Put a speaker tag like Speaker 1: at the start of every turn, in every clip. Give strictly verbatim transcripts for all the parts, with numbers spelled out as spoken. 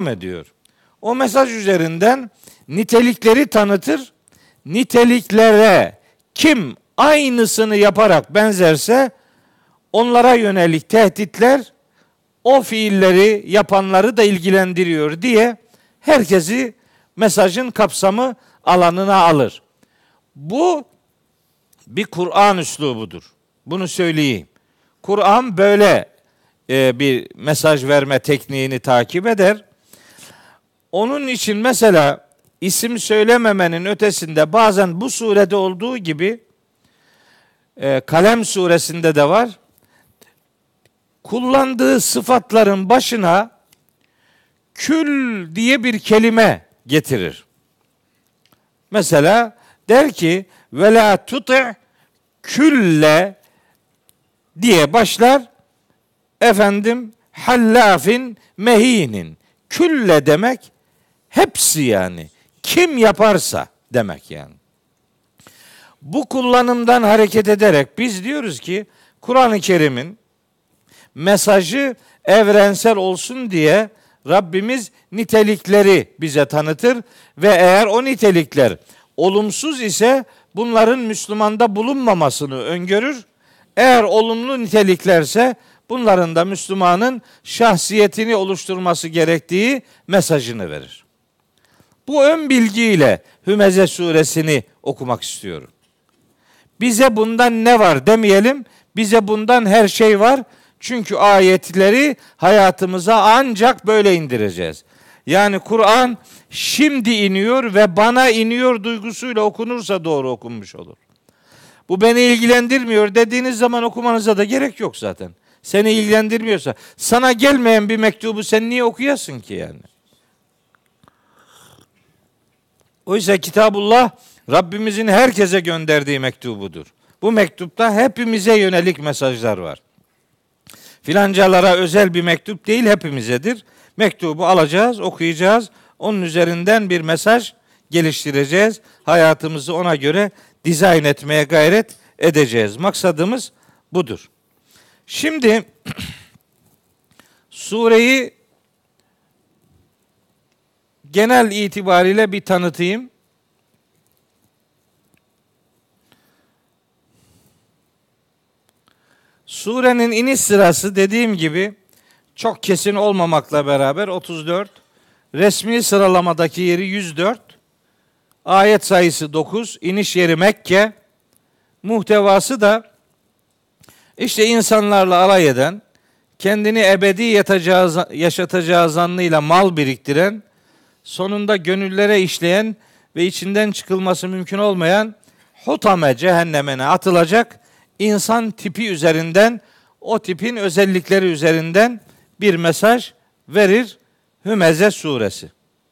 Speaker 1: ediyor. O mesaj üzerinden nitelikleri tanıtır. Niteliklere kim aynısını yaparak benzerse onlara yönelik tehditler o fiilleri yapanları da ilgilendiriyor diye herkesi mesajın kapsamı alanına alır. Bu bir Kur'an üslubudur. Bunu söyleyeyim. Kur'an böyle e, bir mesaj verme tekniğini takip eder. Onun için mesela isim söylememenin ötesinde bazen bu surede olduğu gibi e, Kalem suresinde de var. Kullandığı sıfatların başına kül diye bir kelime getirir. Mesela der ki ve la tuti külle diye başlar. Efendim hallafin mehinin. Külle demek hepsi yani. Kim yaparsa demek yani. Bu kullanımdan hareket ederek biz diyoruz ki Kur'an-ı Kerim'in mesajı evrensel olsun diye Rabbimiz nitelikleri bize tanıtır ve eğer o nitelikler olumsuz ise bunların Müslümanda bulunmamasını öngörür. Eğer olumlu niteliklerse bunların da Müslümanın şahsiyetini oluşturması gerektiği mesajını verir. Bu ön bilgiyle Hümeze suresini okumak istiyorum. Bize bundan ne var demeyelim, bize bundan her şey var. Çünkü ayetleri hayatımıza ancak böyle indireceğiz. Yani Kur'an şimdi iniyor ve bana iniyor duygusuyla okunursa doğru okunmuş olur. Bu beni ilgilendirmiyor dediğiniz zaman okumanıza da gerek yok zaten. Seni ilgilendirmiyorsa, sana gelmeyen bir mektubu sen niye okuyasın ki yani? Oysa Kitabullah Rabbimizin herkese gönderdiği mektubudur. Bu mektupta hepimize yönelik mesajlar var. Filancalara özel bir mektup değil, hepimizedir. Mektubu alacağız, okuyacağız. Onun üzerinden bir mesaj geliştireceğiz. Hayatımızı ona göre dizayn etmeye gayret edeceğiz. Maksadımız budur. Şimdi sureyi genel itibariyle bir tanıtayım. Surenin iniş sırası dediğim gibi çok kesin olmamakla beraber otuz dört, resmi sıralamadaki yeri yüz dört, ayet sayısı dokuz, iniş yeri Mekke, muhtevası da işte insanlarla alay eden, kendini ebedi yatacağı, yaşatacağı zannıyla mal biriktiren, sonunda gönüllere işleyen ve içinden çıkılması mümkün olmayan Hutame cehennemine atılacak insan tipi üzerinden, o tipin özellikleri üzerinden bir mesaj verir Hümeze suresi.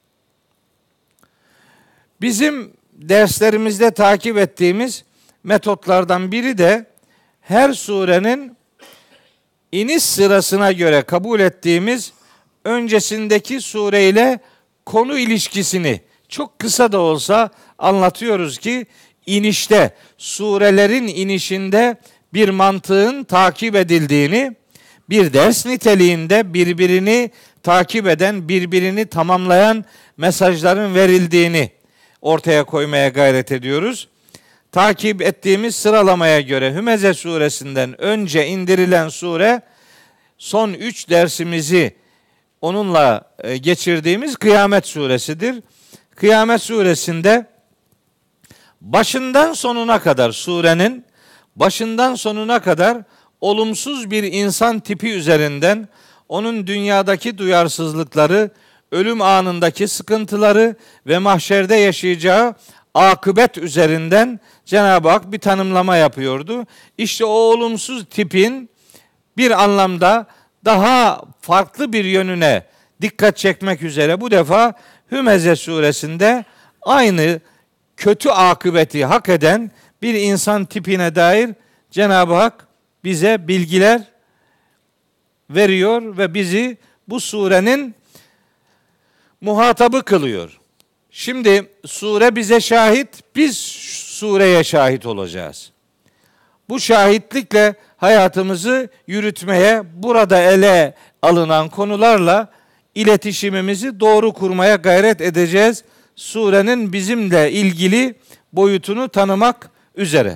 Speaker 1: Bizim derslerimizde takip ettiğimiz metotlardan biri de her surenin iniş sırasına göre kabul ettiğimiz öncesindeki sureyle konu ilişkisini çok kısa da olsa anlatıyoruz ki inişte, surelerin inişinde bir mantığın takip edildiğini, bir ders niteliğinde birbirini takip eden, birbirini tamamlayan mesajların verildiğini ortaya koymaya gayret ediyoruz. Takip ettiğimiz sıralamaya göre Hümeze suresinden önce indirilen sure, son üç dersimizi onunla geçirdiğimiz Kıyamet suresidir. Kıyamet suresinde başından sonuna kadar, surenin başından sonuna kadar olumsuz bir insan tipi üzerinden onun dünyadaki duyarsızlıkları, ölüm anındaki sıkıntıları ve mahşerde yaşayacağı akıbet üzerinden Cenab-ı Hak bir tanımlama yapıyordu. İşte o olumsuz tipin bir anlamda daha farklı bir yönüne dikkat çekmek üzere bu defa Hümeze suresinde aynı kötü akıbeti hak eden bir insan tipine dair Cenab-ı Hak bize bilgiler veriyor ve bizi bu surenin muhatabı kılıyor. Şimdi sure bize şahit, biz sureye şahit olacağız. Bu şahitlikle hayatımızı yürütmeye, burada ele alınan konularla iletişimimizi doğru kurmaya gayret edeceğiz. Surenin bizimle ilgili boyutunu tanımak üzere.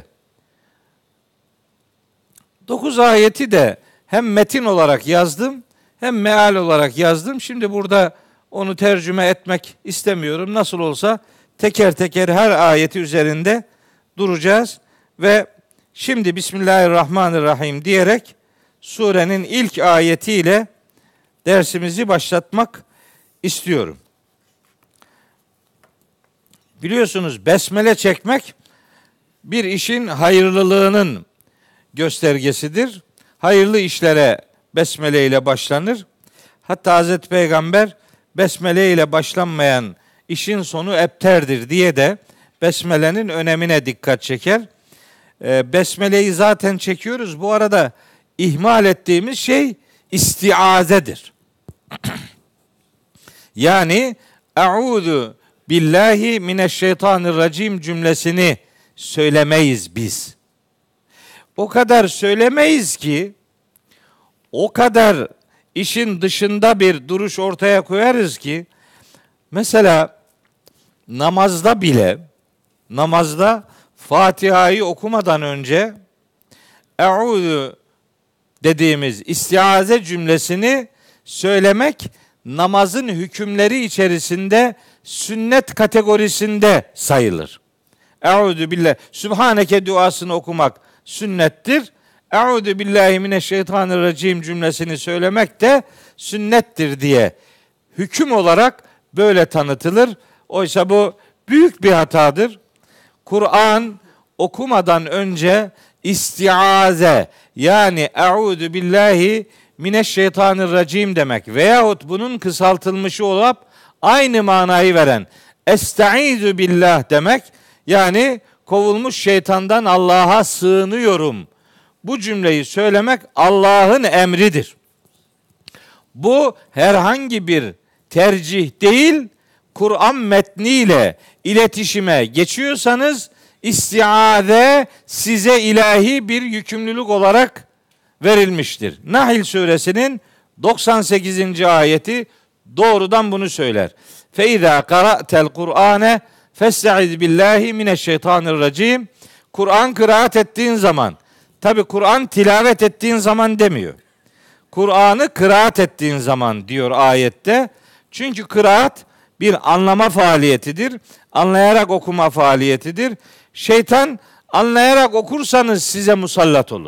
Speaker 1: Dokuz ayeti de hem metin olarak yazdım hem meal olarak yazdım. Şimdi burada onu tercüme etmek istemiyorum. Nasıl olsa teker teker her ayeti üzerinde duracağız ve şimdi Bismillahirrahmanirrahim diyerek surenin ilk ayetiyle dersimizi başlatmak istiyorum. Biliyorsunuz besmele çekmek bir işin hayırlılığının göstergesidir. Hayırlı işlere besmele ile başlanır. Hatta Hazreti Peygamber besmele ile başlanmayan işin sonu ebterdir diye de besmelenin önemine dikkat çeker. Besmele'yi zaten çekiyoruz. Bu arada ihmal ettiğimiz şey istiazedir. Yani Eûzu billahi mineşşeytanirracim cümlesini söylemeyiz biz. O kadar söylemeyiz ki, o kadar işin dışında bir duruş ortaya koyarız ki, mesela namazda bile, namazda Fatiha'yı okumadan önce Eûzu dediğimiz istiaze cümlesini söylemek namazın hükümleri içerisinde sünnet kategorisinde sayılır. Eûzu billah, Sübhaneke duasını okumak sünnettir. Eûzu billahi mineşşeytanirracim cümlesini söylemek de sünnettir diye hüküm olarak böyle tanıtılır. Oysa bu büyük bir hatadır. Kur'an okumadan önce istiaze yani eûzu billahi mineşşeytanirracim demek veyahut bunun kısaltılmışı olup aynı manayı veren estaizu billah demek, yani kovulmuş şeytandan Allah'a sığınıyorum. Bu cümleyi söylemek Allah'ın emridir. Bu herhangi bir tercih değil, Kur'an metniyle iletişime geçiyorsanız istiaze size ilahi bir yükümlülük olarak verilmiştir. Nahl suresinin doksan sekizinci ayeti doğrudan bunu söyler. Fe izâ qara'tel Kur'ane festaiz billahi mineşşeytanirracim. Kur'an kıraat ettiğin zaman, tabi Kur'an tilavet ettiğin zaman demiyor. Kur'an'ı kıraat ettiğin zaman diyor ayette. Çünkü kıraat bir anlama faaliyetidir. Anlayarak okuma faaliyetidir. Şeytan anlayarak okursanız size musallat olur.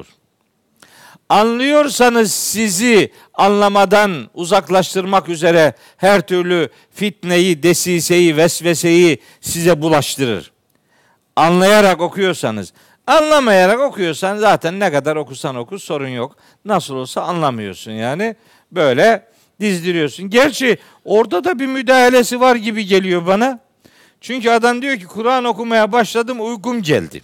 Speaker 1: Anlıyorsanız sizi anlamadan uzaklaştırmak üzere her türlü fitneyi, desiseyi, vesveseyi size bulaştırır. Anlayarak okuyorsanız, anlamayarak okuyorsan zaten ne kadar okusan oku sorun yok. Nasıl olsa anlamıyorsun yani. Böyle dizdiriyorsun. Gerçi orada da bir müdahalesi var gibi geliyor bana. Çünkü adam diyor ki Kur'an okumaya başladım, uykum geldi.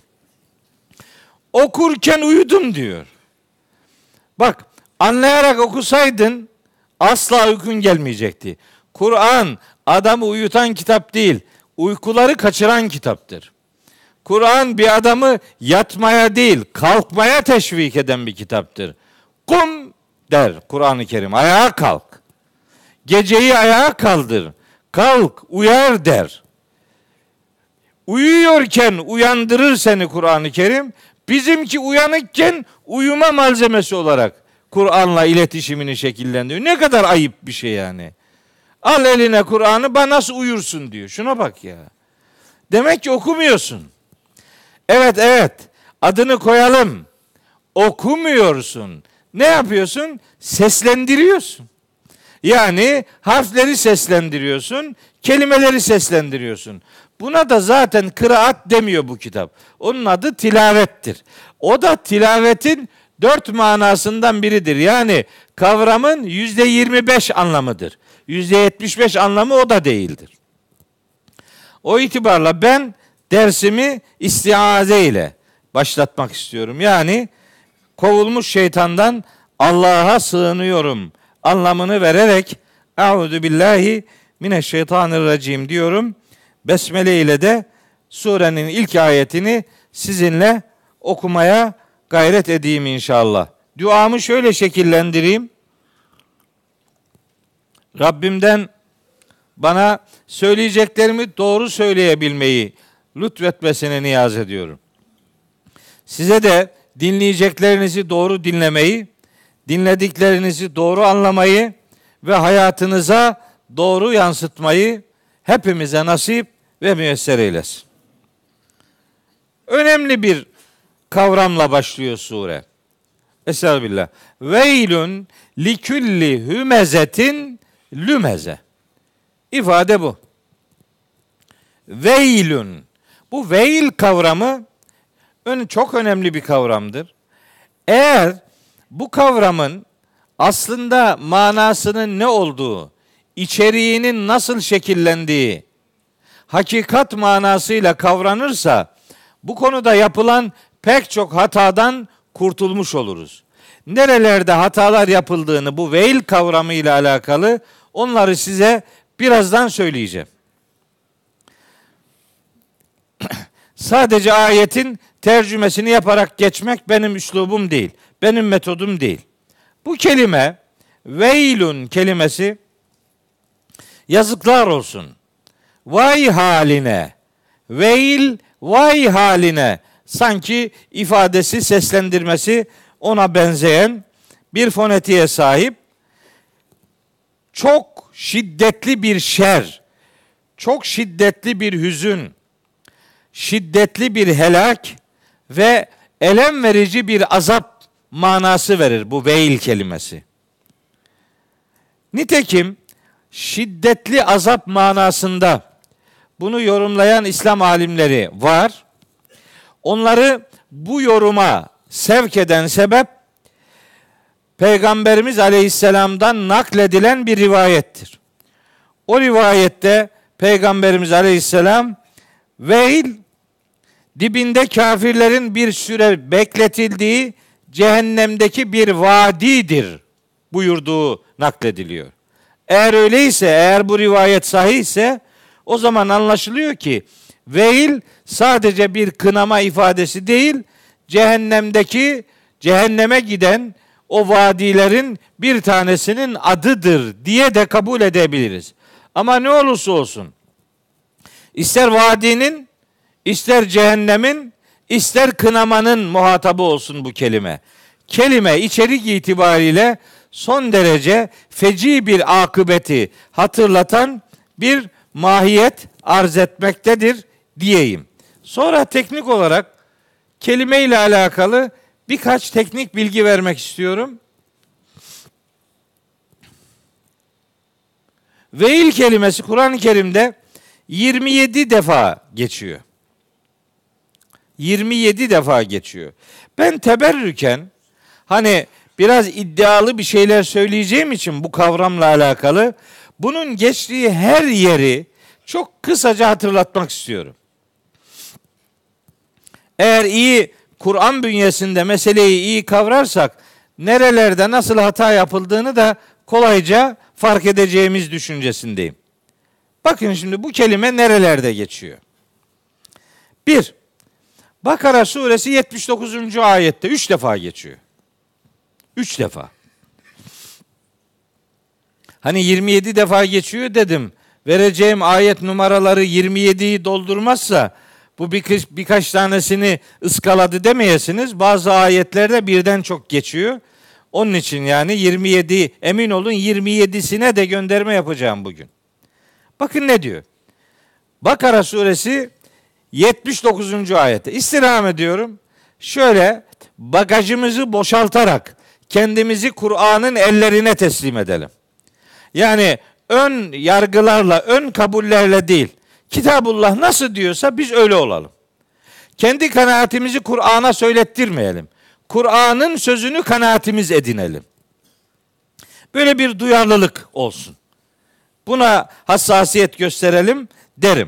Speaker 1: Okurken uyudum diyor. Bak, anlayarak okusaydın asla uykun gelmeyecekti. Kur'an adamı uyutan kitap değil, uykuları kaçıran kitaptır. Kur'an bir adamı yatmaya değil, kalkmaya teşvik eden bir kitaptır. Kum der Kur'an-ı Kerim, ayağa kalk. Geceyi ayağa kaldır, kalk, uyar der. Uyuyorken uyandırır seni Kur'an-ı Kerim. Bizimki uyanıkken uyuma malzemesi olarak Kur'an'la iletişimini şekillendiriyor. Ne kadar ayıp bir şey yani. Al eline Kur'an'ı, bana nasıl uyursun diyor. Şuna bak ya. Demek ki okumuyorsun. Evet evet, adını koyalım. Okumuyorsun. Ne yapıyorsun? Seslendiriyorsun. Yani harfleri seslendiriyorsun, kelimeleri seslendiriyorsun. Buna da zaten kıraat demiyor bu kitap. Onun adı tilavettir. O da tilavetin dört manasından biridir. Yani kavramın yüzde yirmi beş anlamıdır. Yüzde yetmiş beş anlamı o da değildir. O itibarla ben dersimi istiaze ile başlatmak istiyorum. Yani kovulmuş şeytandan Allah'a sığınıyorum anlamını vererek Euzu billahi mineşşeytanirracim diyorum. Besmele ile de surenin ilk ayetini sizinle okumaya gayret edeyim inşallah. Duamı şöyle şekillendireyim. Rabbimden bana söyleyeceklerimi doğru söyleyebilmeyi lütfetmesine niyaz ediyorum. Size de dinleyeceklerinizi doğru dinlemeyi, dinlediklerinizi doğru anlamayı ve hayatınıza doğru yansıtmayı hepimize nasip ve müyesser eylesin. Önemli bir kavramla başlıyor sure. Estağfirullah. Veylün likülli hümezetin lümeze. İfade bu. Veylün. Bu veil kavramı çok önemli bir kavramdır. Eğer bu kavramın aslında manasının ne olduğu, içeriğinin nasıl şekillendiği, hakikat manasıyla kavranırsa, bu konuda yapılan pek çok hatadan kurtulmuş oluruz. Nerelerde hatalar yapıldığını bu veil kavramı ile alakalı onları size birazdan söyleyeceğim. Sadece ayetin tercümesini yaparak geçmek benim üslubum değil. Benim metodum değil. Bu kelime veilun kelimesi yazıklar olsun. Vay haline. Veil vay haline. Sanki ifadesi, seslendirmesi ona benzeyen bir fonetiğe sahip. Çok şiddetli bir şer, çok şiddetli bir hüzün, şiddetli bir helak ve elem verici bir azap manası verir bu veil kelimesi. Nitekim şiddetli azap manasında bunu yorumlayan İslam alimleri var. Onları bu yoruma sevk eden sebep Peygamberimiz Aleyhisselam'dan nakledilen bir rivayettir. O rivayette Peygamberimiz Aleyhisselam veil dibinde kafirlerin bir süre bekletildiği cehennemdeki bir vadidir buyurduğu naklediliyor. Eğer öyleyse, eğer bu rivayet sahihse o zaman anlaşılıyor ki veil sadece bir kınama ifadesi değil, cehennemdeki, cehenneme giden o vadilerin bir tanesinin adıdır diye de kabul edebiliriz. Ama ne olursa olsun, ister vadinin, ister cehennemin, ister kınamanın muhatabı olsun bu kelime. Kelime içerik itibariyle son derece feci bir akıbeti hatırlatan bir mahiyet arz etmektedir diyeyim. Sonra teknik olarak kelime ile alakalı birkaç teknik bilgi vermek istiyorum. Veil kelimesi Kur'an-ı Kerim'de yirmi yedi defa geçiyor. yirmi yedi defa geçiyor. Ben teberrüken hani biraz iddialı bir şeyler söyleyeceğim için bu kavramla alakalı bunun geçtiği her yeri çok kısaca hatırlatmak istiyorum. Eğer iyi Kur'an bünyesinde meseleyi iyi kavrarsak nerelerde nasıl hata yapıldığını da kolayca fark edeceğimiz düşüncesindeyim. Bakın şimdi bu kelime nerelerde geçiyor? Bir, Bakara suresi yetmiş dokuzuncu ayette üç defa geçiyor. Üç defa. Hani yirmi yedi defa geçiyor dedim. Vereceğim ayet numaraları yirmi yediyi doldurmazsa bu birkaç, birkaç tanesini ıskaladı demeyesiniz. Bazı ayetlerde birden çok geçiyor. Onun için yani yirmi yedi, emin olun yirmi yedisine de gönderme yapacağım bugün. Bakın ne diyor? Bakara suresi yetmiş dokuzuncu ayette. İstirham ediyorum. Şöyle bagajımızı boşaltarak kendimizi Kur'an'ın ellerine teslim edelim. Yani ön yargılarla, ön kabullerle değil. Kitabullah nasıl diyorsa biz öyle olalım. Kendi kanaatimizi Kur'an'a söylettirmeyelim. Kur'an'ın sözünü kanaatimiz edinelim. Böyle bir duyarlılık olsun. Buna hassasiyet gösterelim derim.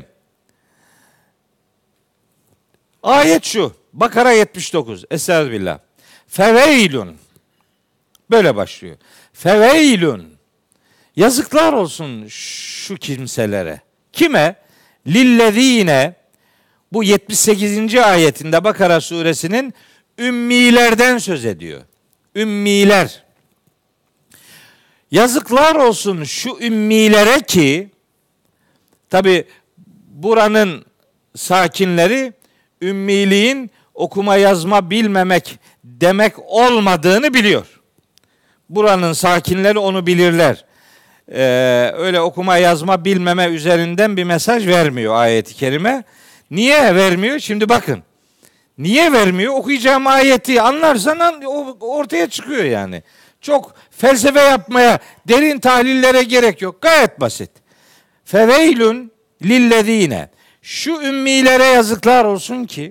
Speaker 1: Ayet şu. Bakara yetmiş dokuz. Estağfirullah. Feveylun. Böyle başlıyor. Feveylun. Yazıklar olsun şu kimselere. Kime? Lillezine. Bu yetmiş sekizinci ayetinde Bakara suresinin ümmilerden söz ediyor. Ümmiler. Yazıklar olsun şu ümmilere ki, tabi buranın sakinleri ümmiliğin okuma yazma bilmemek demek olmadığını biliyor. Buranın sakinleri onu bilirler. Ee, öyle okuma yazma bilmeme üzerinden bir mesaj vermiyor ayet-i kerime. Niye vermiyor? Şimdi bakın. Niye vermiyor? Okuyacağım ayeti anlarsan ortaya çıkıyor yani. Çok felsefe yapmaya, derin tahlillere gerek yok. Gayet basit. Feveylün lillezine. Şu ümmilere yazıklar olsun ki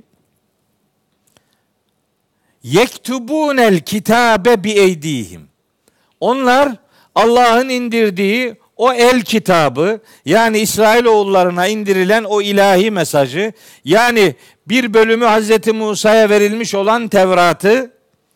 Speaker 1: yektubunel kitabe bi eydihim. Onlar Allah'ın indirdiği o el kitabı, yani İsrailoğullarına indirilen o ilahi mesajı, yani bir bölümü Hazreti Musa'ya verilmiş olan Tevrat'ı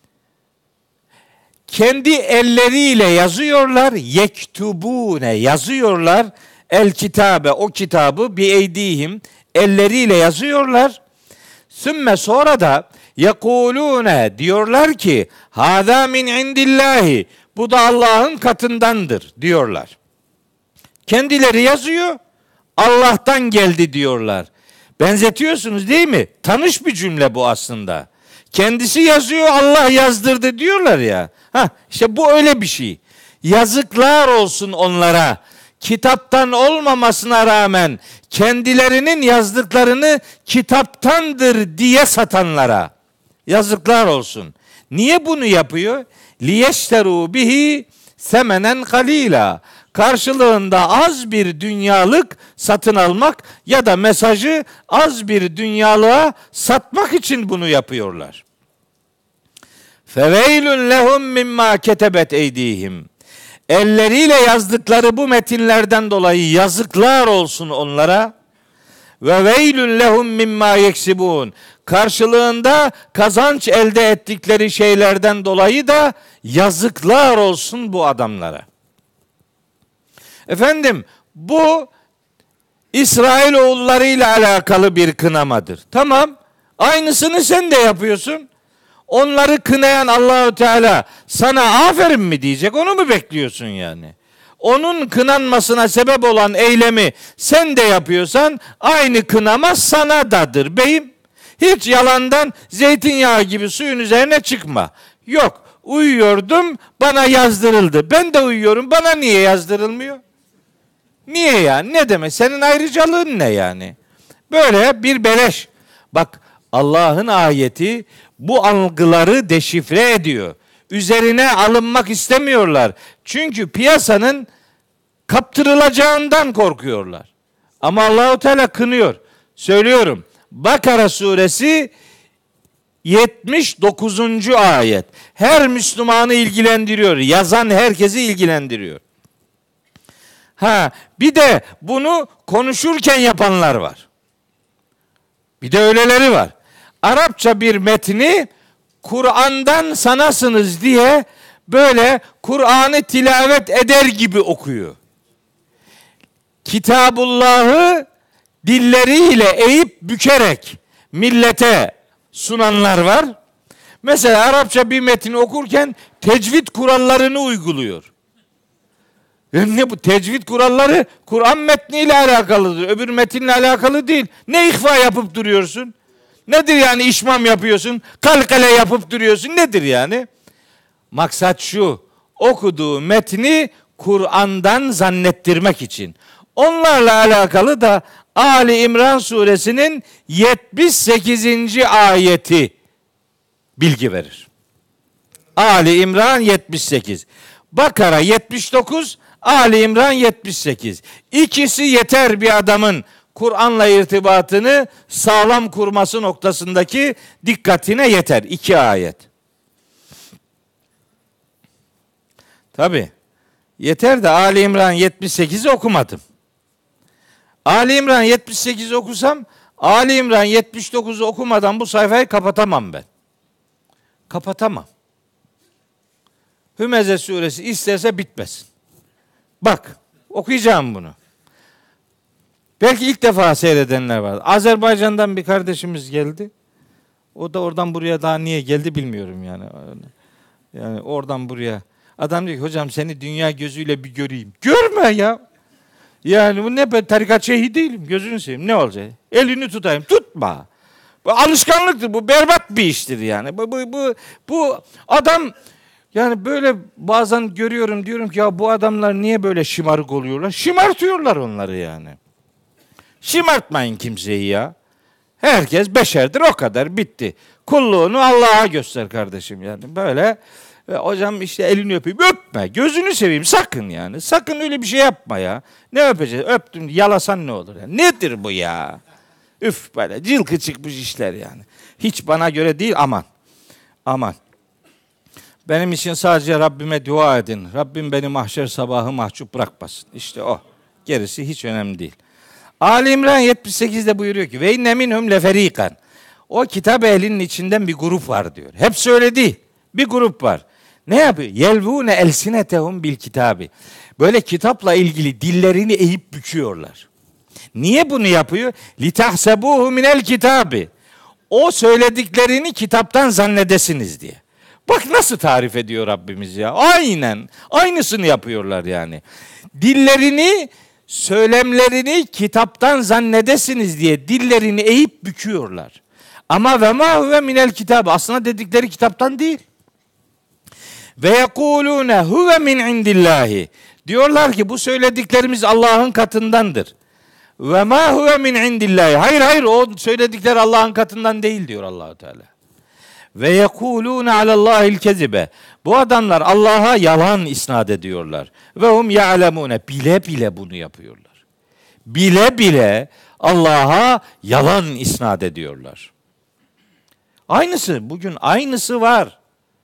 Speaker 1: kendi elleriyle yazıyorlar. Yektubune, yazıyorlar. El kitabe, o kitabı bi eydihim, elleriyle yazıyorlar. Sümme, sonra da yekulune, diyorlar ki hâzâ min indillahi, bu da Allah'ın katındandır diyorlar. Kendileri yazıyor, Allah'tan geldi diyorlar. Benzetiyorsunuz değil mi? Tanış bir cümle bu aslında. Kendisi yazıyor, Allah yazdırdı diyorlar ya. Ha, işte bu öyle bir şey. Yazıklar olsun onlara. Kitaptan olmamasına rağmen kendilerinin yazdıklarını kitaptandır diye satanlara yazıklar olsun. Niye bunu yapıyor? Liyeşteru bihi semenen kalila. Karşılığında az bir dünyalık satın almak ya da mesajı az bir dünyalığa satmak için bunu yapıyorlar. Feveylün lehum mimma ketebet eydihim. Elleriyle yazdıkları bu metinlerden dolayı yazıklar olsun onlara. Ve veylün lehum mimma yeksibun. Karşılığında kazanç elde ettikleri şeylerden dolayı da yazıklar olsun bu adamlara. Efendim, bu İsrailoğulları ile alakalı bir kınamadır. Tamam, aynısını sen de yapıyorsun. Onları kınayan Allahu Teala sana aferin mi diyecek? Onu mu bekliyorsun yani? Onun kınanmasına sebep olan eylemi sen de yapıyorsan aynı kınama sana dadır beyim. Hiç yalandan zeytinyağı gibi suyun üzerine çıkma. Yok, uyuyordum, bana yazdırıldı. Ben de uyuyorum, bana niye yazdırılmıyor? Niye yani? Ne demek? Senin ayrıcalığın ne yani? Böyle bir beleş. Bak, Allah'ın ayeti bu algıları deşifre ediyor. Üzerine alınmak istemiyorlar. Çünkü piyasanın kaptırılacağından korkuyorlar. Ama Allahu Teala kınıyor. Söylüyorum. Bakara suresi yetmiş dokuzuncu ayet. Her Müslümanı ilgilendiriyor. Yazan herkesi ilgilendiriyor. Ha, bir de bunu konuşurken yapanlar var. Bir de öyleleri var. Arapça bir metni Kur'an'dan sanasınız diye böyle Kur'an'ı tilavet eder gibi okuyor. Kitabullah'ı dilleriyle eğip bükerek millete sunanlar var. Mesela Arapça bir metni okurken tecvid kurallarını uyguluyor. Ne bu tecvid kuralları? Kur'an metniyle alakalıdır. Öbür metinle alakalı değil. Ne ihfa yapıp duruyorsun? Nedir yani işmam yapıyorsun? Kalkale yapıp duruyorsun. Nedir yani? Maksat şu. Okuduğu metni Kur'an'dan zannettirmek için. Onlarla alakalı da Ali İmran suresinin yetmiş sekizinci ayeti bilgi verir. Ali İmran yetmiş sekiz. Bakara yetmiş dokuz, Ali İmran yetmiş sekiz. İkisi yeter bir adamın Kur'an'la irtibatını sağlam kurması noktasındaki dikkatine yeter. İki ayet. Tabi yeter de Ali İmran yetmiş sekizi okumadım. Ali İmran yetmiş sekizi okusam Ali İmran yetmiş dokuzu okumadan bu sayfayı kapatamam ben. Kapatamam. Hümeze suresi isterse bitmesin. Bak, okuyacağım bunu. Belki ilk defa seyredenler var. Azerbaycan'dan bir kardeşimiz geldi. O da oradan buraya daha niye geldi bilmiyorum yani. Yani oradan buraya. Adam diyor ki hocam seni dünya gözüyle bir göreyim. Görme ya. Yani bu ne, ben tarikat şeyhi değilim. Gözünü seveyim. Ne olacak? Elini tutayım. Tutma. Bu alışkanlıktır. Bu berbat bir iştir yani. Bu, bu, bu, bu adam yani böyle bazen görüyorum, diyorum ki ya bu adamlar niye böyle şımarık oluyorlar? Şımartıyorlar onları yani. Şımartmayın kimseyi ya. Herkes beşerdir, o kadar, bitti. Kulluğunu Allah'a göster kardeşim yani. Böyle e, hocam işte elini öpeyim. Öpme. Gözünü seveyim sakın yani. Sakın öyle bir şey yapma ya. Ne öpeceğiz? Öptüm yalasan ne olur ya? Nedir bu ya? Üf, böyle cılkı çıkmış işler yani. Hiç bana göre değil, aman. Aman. Benim için sadece Rabbime dua edin. Rabbim beni mahşer sabahı mahcup bırakmasın. İşte o. Gerisi hiç önemli değil. Ali İmran yetmiş sekizde buyuruyor ki ve inne minhum leferikan. O kitap ehlinin içinden bir grup var diyor. Hepsi öyle değil. Bir grup var. Ne yapıyor? Yelvune elsinetehum bil kitabi. Böyle kitapla ilgili dillerini eğip büküyorlar. Niye bunu yapıyor? Litahsebuhu minel kitabi. O söylediklerini kitaptan zannedesiniz diye. Bak nasıl tarif ediyor Rabbimiz ya. Aynen. Aynısını yapıyorlar yani. Dillerini, söylemlerini kitaptan zannedesiniz diye dillerini eğip büküyorlar. Ama ve ma huve minel kitab. Aslında dedikleri kitaptan değil. Ve yekulune huve min indillahi. Diyorlar ki bu söylediklerimiz Allah'ın katındandır. Ve ma huve min indillahi. Hayır hayır, o söyledikler Allah'ın katından değil diyor Allah-u Teala. Ve yekulune alallahil kezibe. Bu adamlar Allah'a yalan isnat ediyorlar. Ve hum ya'lemune. Bile bile bunu yapıyorlar. Bile bile Allah'a yalan isnat ediyorlar. Aynısı, bugün aynısı var.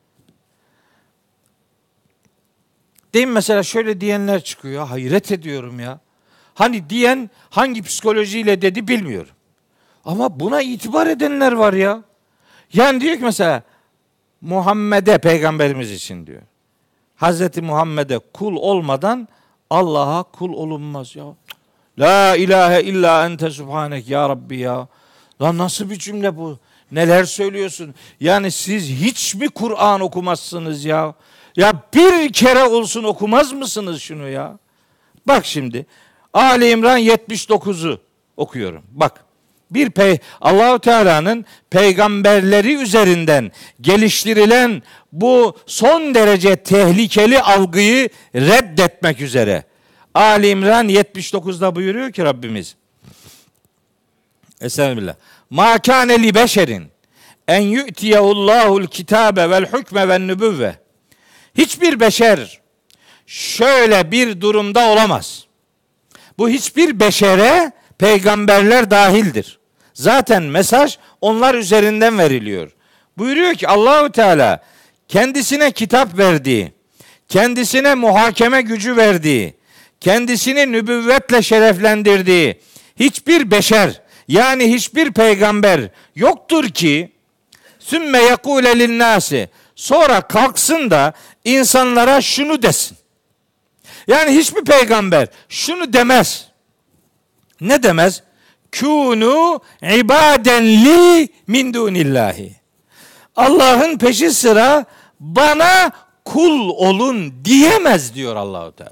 Speaker 1: Değil mi? Mesela şöyle diyenler çıkıyor. Hayret ediyorum ya. Hani diyen hangi psikolojiyle dedi bilmiyorum. Ama buna itibar edenler var ya. Yani diyor ki mesela Muhammed'e, peygamberimiz için diyor. Hazreti Muhammed'e kul olmadan Allah'a kul olunmaz ya. La ilahe illa ente subhanek ya Rabbi ya. Lan nasıl bir cümle bu? Neler söylüyorsun? Yani siz hiç mi Kur'an okumazsınız ya? Ya bir kere olsun okumaz mısınız şunu ya? Bak şimdi Ali İmran yetmiş dokuzu okuyorum. Bak. Bir pey Allahu Teala'nın peygamberleri üzerinden geliştirilen bu son derece tehlikeli algıyı reddetmek üzere. Ali İmran yetmiş dokuzda buyuruyor ki Rabbimiz. Estağfirullah. Ma kâne li beşerin en yu'tiyehullahul kitabe vel hükme ven nübüvve. Hiçbir beşer şöyle bir durumda olamaz. Bu hiçbir beşere peygamberler dahildir. Zaten mesaj onlar üzerinden veriliyor. Buyuruyor ki Allahu Teala kendisine kitap verdiği, kendisine muhakeme gücü verdiği, kendisini nübüvvetle şereflendirdiği hiçbir beşer, yani hiçbir peygamber yoktur ki sümme yekûle linnâsi, sonra kalksın da insanlara şunu desin. Yani hiçbir peygamber şunu demez. Ne demez? Kûnû ibâden li min dûnillâhi. Allah'ın peşi sıra bana kul olun diyemez diyor Allahu Teala.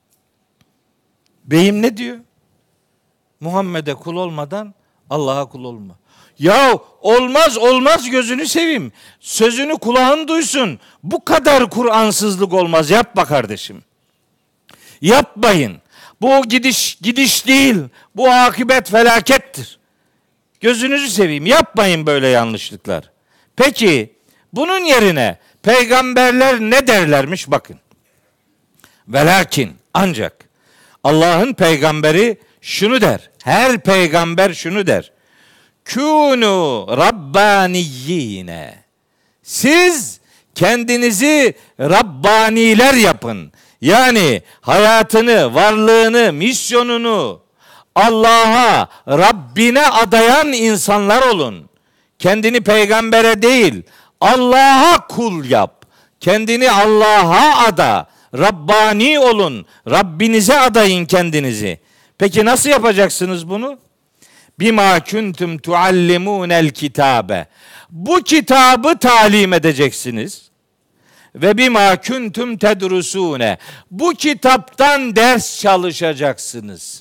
Speaker 1: Beyim ne diyor? Muhammed'e kul olmadan Allah'a kul olma. Ya olmaz olmaz, gözünü seveyim. Sözünü kulağın duysun. Bu kadar Kur'ansızlık olmaz. Yapma kardeşim. Yapmayın. Bu gidiş gidiş değil. Bu akıbet felakettir. Gözünüzü seveyim. Yapmayın böyle yanlışlıklar. Peki bunun yerine peygamberler ne derlermiş? Bakın. Velakin, ancak Allah'ın peygamberi şunu der. Her peygamber şunu der. Kûnû rabbaniyyîne. Siz kendinizi Rabbaniler yapın. Yani hayatını, varlığını, misyonunu Allah'a, Rabbine adayan insanlar olun. Kendini peygambere değil, Allah'a kul yap. Kendini Allah'a ada. Rabbani olun. Rabbinize adayın kendinizi. Peki nasıl yapacaksınız bunu? Bima kuntum tuallimunel kitabe. Bu kitabı talim edeceksiniz. ve bima kuntum tedrusune. Bu kitaptan ders çalışacaksınız.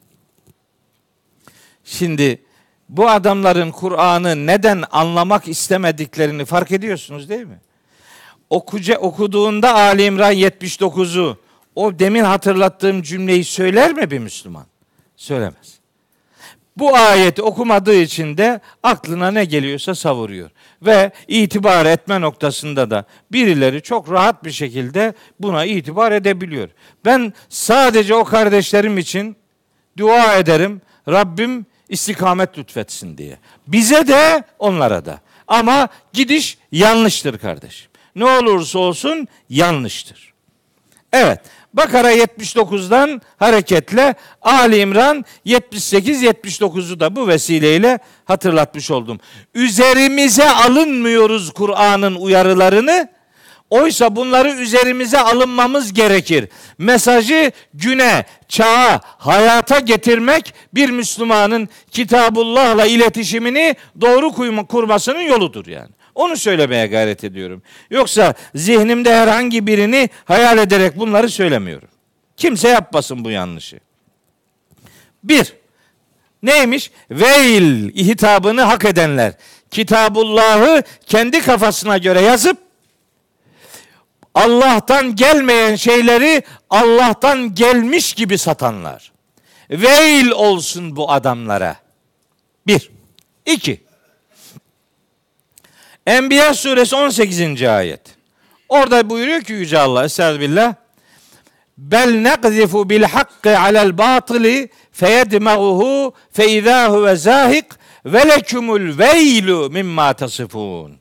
Speaker 1: Şimdi bu adamların Kur'an'ı neden anlamak istemediklerini fark ediyorsunuz değil mi? Okuca, okuduğunda Ali İmran yetmiş dokuzu o demin hatırlattığım cümleyi söyler mi bir Müslüman? Söylemez. Bu ayeti okumadığı için de aklına ne geliyorsa savuruyor. Ve itibar etme noktasında da birileri çok rahat bir şekilde buna itibar edebiliyor. Ben sadece o kardeşlerim için dua ederim. Rabbim istikamet lütfetsin diye. Bize de onlara da. Ama gidiş yanlıştır kardeşim. Ne olursa olsun yanlıştır. Evet. Bakara yetmiş dokuzdan hareketle Ali İmran yetmiş sekiz yetmiş dokuzu da bu vesileyle hatırlatmış oldum. Üzerimize alınmıyoruz Kur'an'ın uyarılarını. Oysa bunları üzerimize alınmamız gerekir. Mesajı güne, çağa, hayata getirmek bir Müslümanın Kitabullah'la iletişimini doğru kurmasının yoludur yani. Onu söylemeye gayret ediyorum. Yoksa zihnimde herhangi birini hayal ederek bunları söylemiyorum. Kimse yapmasın bu yanlışı. Bir, neymiş? Veil hitabını hak edenler. Kitabullah'ı kendi kafasına göre yazıp Allah'tan gelmeyen şeyleri Allah'tan gelmiş gibi satanlar. Veil olsun bu adamlara. Bir. İki. Enbiya suresi on sekizinci ayet. Orada buyuruyor ki Yüce Allah Estağfirullah. Bel nekzifu bil hakkı alel batili feyedmeğuhu feizâ huve zâhik ve lekumul veylu mimma tasifun.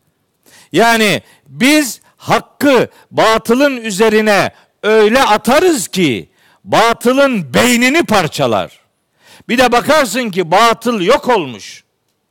Speaker 1: Yani biz hakkı batılın üzerine öyle atarız ki batılın beynini parçalar. Bir de bakarsın ki batıl yok olmuş.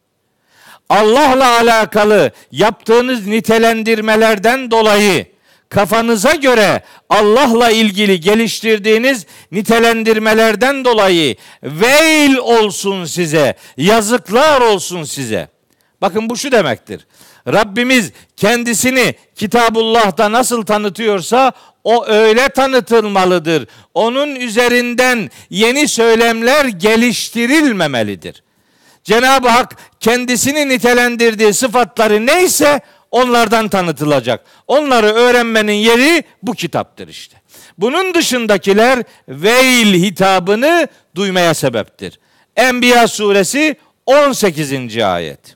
Speaker 1: Allah'la alakalı yaptığınız nitelendirmelerden dolayı kafanıza göre Allah'la ilgili geliştirdiğiniz nitelendirmelerden dolayı veil olsun size, yazıklar olsun size. Bakın bu şu demektir. Rabbimiz kendisini Kitabullah'ta nasıl tanıtıyorsa o öyle tanıtılmalıdır. Onun üzerinden yeni söylemler geliştirilmemelidir. Cenab-ı Hak kendisini nitelendirdiği sıfatları neyse onlardan tanıtılacak. Onları öğrenmenin yeri bu kitaptır işte. Bunun dışındakiler veil hitabını duymaya sebeptir. Enbiya suresi on sekizinci ayet.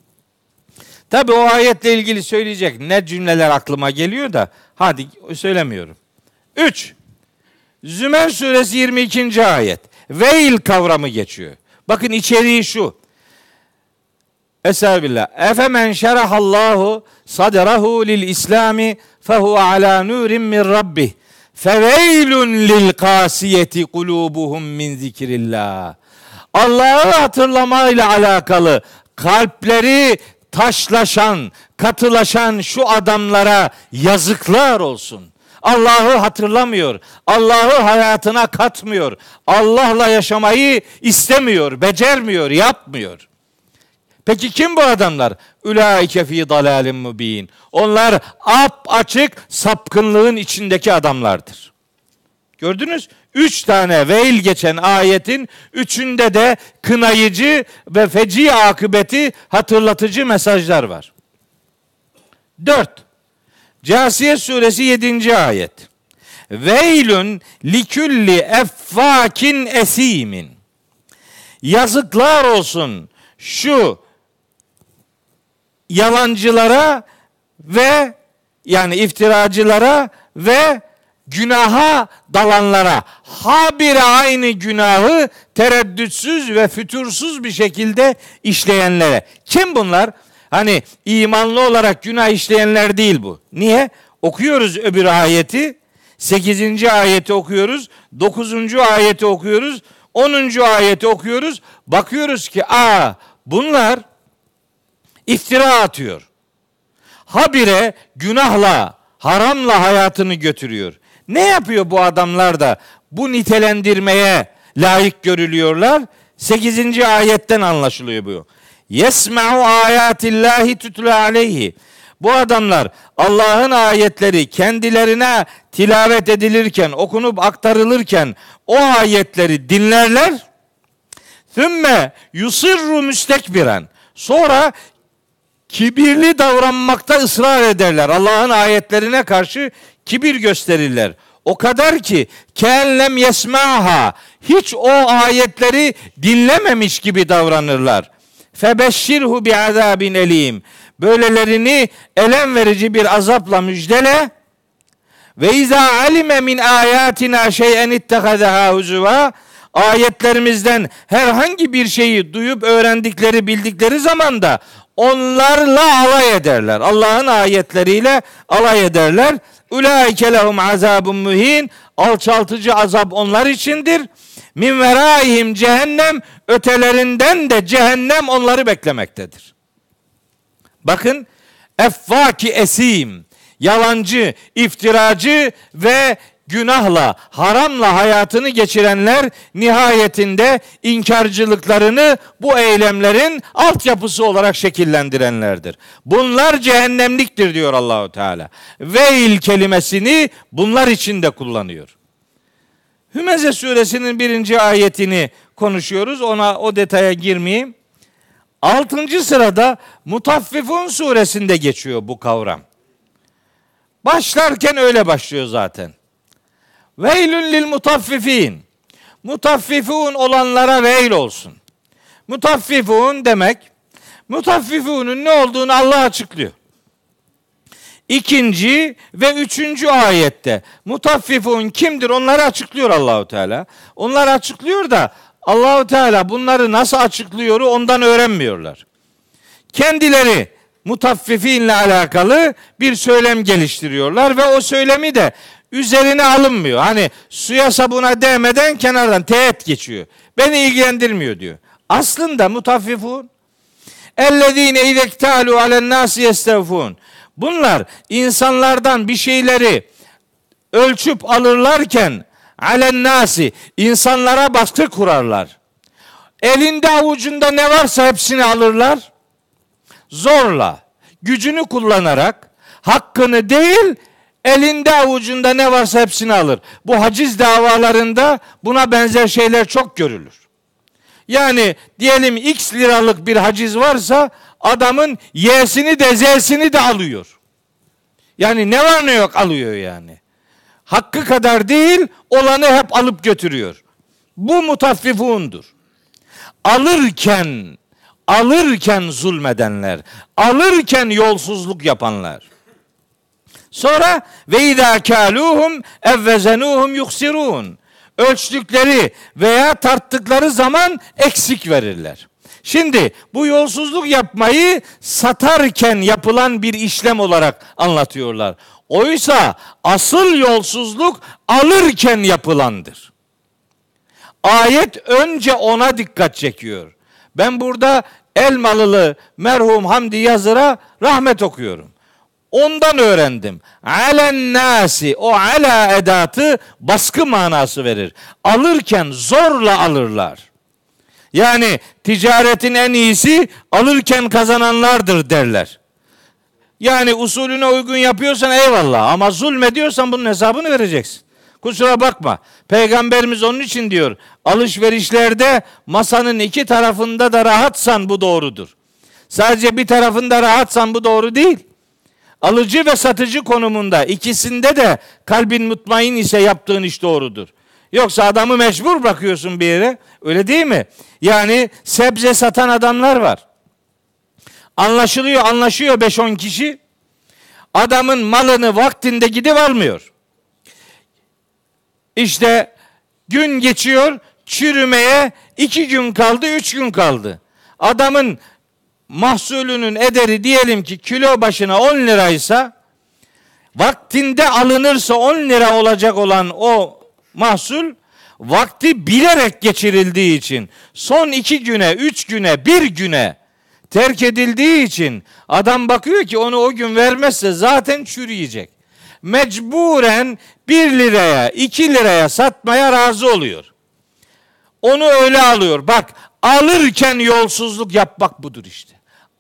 Speaker 1: Tabi o ayetle ilgili söyleyecek ne cümleler aklıma geliyor da hadi söylemiyorum. üç. Zümer suresi yirmi ikinci ayet. Veil kavramı geçiyor. Bakın içeriği şu. Estağfirullah. Efemen şerahallahu sadrahu lil İslami fehuve ala nurin min rabbih. Feveylun lil kasiyeti kulubuhum min zikrillah. Allah'ı hatırlamayla alakalı kalpleri taşlaşan, katılaşan şu adamlara yazıklar olsun. Allah'ı hatırlamıyor. Allah'ı hayatına katmıyor. Allah'la yaşamayı istemiyor, becermiyor, yapmıyor. Peki kim bu adamlar? Ulaike fî dalâlim mubîn. Onlar ap açık sapkınlığın içindeki adamlardır. Gördünüz? Üç tane veil geçen ayetin üçünde de kınayıcı ve feci akıbeti hatırlatıcı mesajlar var. Dört. Câsiye suresi yedinci ayet. Veylün likülli effâkin esîmin. Yazıklar olsun şu yalancılara ve yani iftiracılara ve günaha dalanlara, habire aynı günahı tereddütsüz ve fütursuz bir şekilde işleyenlere. Kim bunlar? Hani imanlı olarak günah işleyenler değil bu. Niye? Okuyoruz öbür ayeti, sekizinci ayeti okuyoruz, dokuzuncu ayeti okuyoruz, onuncu ayeti okuyoruz. Bakıyoruz ki aa bunlar iftira atıyor. Habire günahla, haramla hayatını götürüyor. Ne yapıyor bu adamlar da bu nitelendirmeye layık görülüyorlar? sekizinci ayetten anlaşılıyor bu. Yesma'u ayatillahi tutla aleyhi. Bu adamlar Allah'ın ayetleri kendilerine tilavet edilirken, okunup aktarılırken o ayetleri dinlerler. Thümme yusirru müstekbiren. Sonra kibirli davranmakta ısrar ederler. Allah'ın ayetlerine karşı kibir gösterirler. O kadar ki kellem yesmaha, hiç o ayetleri dinlememiş gibi davranırlar. Febeşşirhu bi azabin elim. Böylelerini elem verici bir azapla müjdele. Ve izâ alime min ayatina şey'en ittehadaha huzuva. Ayetlerimizden herhangi bir şeyi duyup öğrendikleri, bildikleri zaman da onlarla alay ederler. Allah'ın ayetleriyle alay ederler. Ulaike lehum azabun muhin. Alçaltıcı azap onlar içindir. Min veraihim cehennem, ötelerinden de cehennem onları beklemektedir. Bakın, effaki esim, yalancı, iftiracı ve günahla, haramla hayatını geçirenler nihayetinde inkarcılıklarını bu eylemlerin altyapısı olarak şekillendirenlerdir. Bunlar cehennemliktir diyor Allahu Teala. Veil kelimesini bunlar için de kullanıyor. Hümeze suresinin birinci ayetini konuşuyoruz. Ona o detaya girmeyeyim. Altıncı sırada Mutaffifun suresinde geçiyor bu kavram. Başlarken öyle başlıyor zaten. Veylün lil mutaffifin. Mutaffifun olanlara veil olsun. Mutaffifun demek, mutaffifunun ne olduğunu Allah açıklıyor. İkinci ve üçüncü ayette mutaffifun kimdir onları açıklıyor Allahu Teala. Onları açıklıyor da Allahu Teala bunları nasıl açıklıyor ondan öğrenmiyorlar. Kendileri mutaffifinle alakalı bir söylem geliştiriyorlar ve o söylemi de üzerine alınmıyor. Hani suya sabuna değmeden kenardan teğet geçiyor. Beni ilgilendirmiyor diyor. Aslında mutaffifun ellezine izektalu alen nasi yestevfun. Bunlar insanlardan bir şeyleri ölçüp alırlarken alen nasi, insanlara baskı kurarlar. Elinde avucunda ne varsa hepsini alırlar. Zorla, gücünü kullanarak hakkını değil, elinde avucunda ne varsa hepsini alır. Bu haciz davalarında buna benzer şeyler çok görülür. Yani diyelim X liralık bir haciz varsa adamın Y'sini de Z'sini de alıyor. Yani ne var ne yok alıyor yani. Hakkı kadar değil, olanı hep alıp götürüyor. Bu mutaffifundur. Alırken, alırken zulmedenler, alırken yolsuzluk yapanlar. Sonra ve izâ kâlûhum evvezenûhum yuksirûn. Ölçtükleri veya tarttıkları zaman eksik verirler. Şimdi bu yolsuzluk yapmayı satarken yapılan bir işlem olarak anlatıyorlar. Oysa asıl yolsuzluk alırken yapılandır. Ayet önce ona dikkat çekiyor. Ben burada Elmalılı merhum Hamdi Yazır'a rahmet okuyorum. Ondan öğrendim. Alen nasi, o ala edatı baskı manası verir. Alırken zorla alırlar. Yani ticaretin en iyisi alırken kazananlardır derler. Yani usulüne uygun yapıyorsan eyvallah ama zulmediyorsan bunun hesabını vereceksin. Kusura bakma. Peygamberimiz onun için diyor. Alışverişlerde masanın iki tarafında da rahatsan bu doğrudur. Sadece bir tarafında rahatsan bu doğru değil. Alıcı ve satıcı konumunda ikisinde de kalbin mutmain ise yaptığın iş doğrudur. Yoksa adamı mecbur bırakıyorsun bir yere. Öyle değil mi? Yani sebze satan adamlar var. Anlaşılıyor, anlaşıyor beş on kişi. Adamın malını vaktinde gidip almıyor. İşte gün geçiyor, çürümeye iki gün kaldı, üç gün kaldı. Adamın mahsulünün ederi diyelim ki kilo başına on liraysa, vaktinde alınırsa on lira olacak olan o mahsul, vakti bilerek geçirildiği için, son iki güne, üç güne, bir güne terk edildiği için adam bakıyor ki onu o gün vermezse zaten çürüyecek. Mecburen bir liraya, iki liraya satmaya razı oluyor. Onu öyle alıyor. Bak, alırken yolsuzluk yapmak budur işte.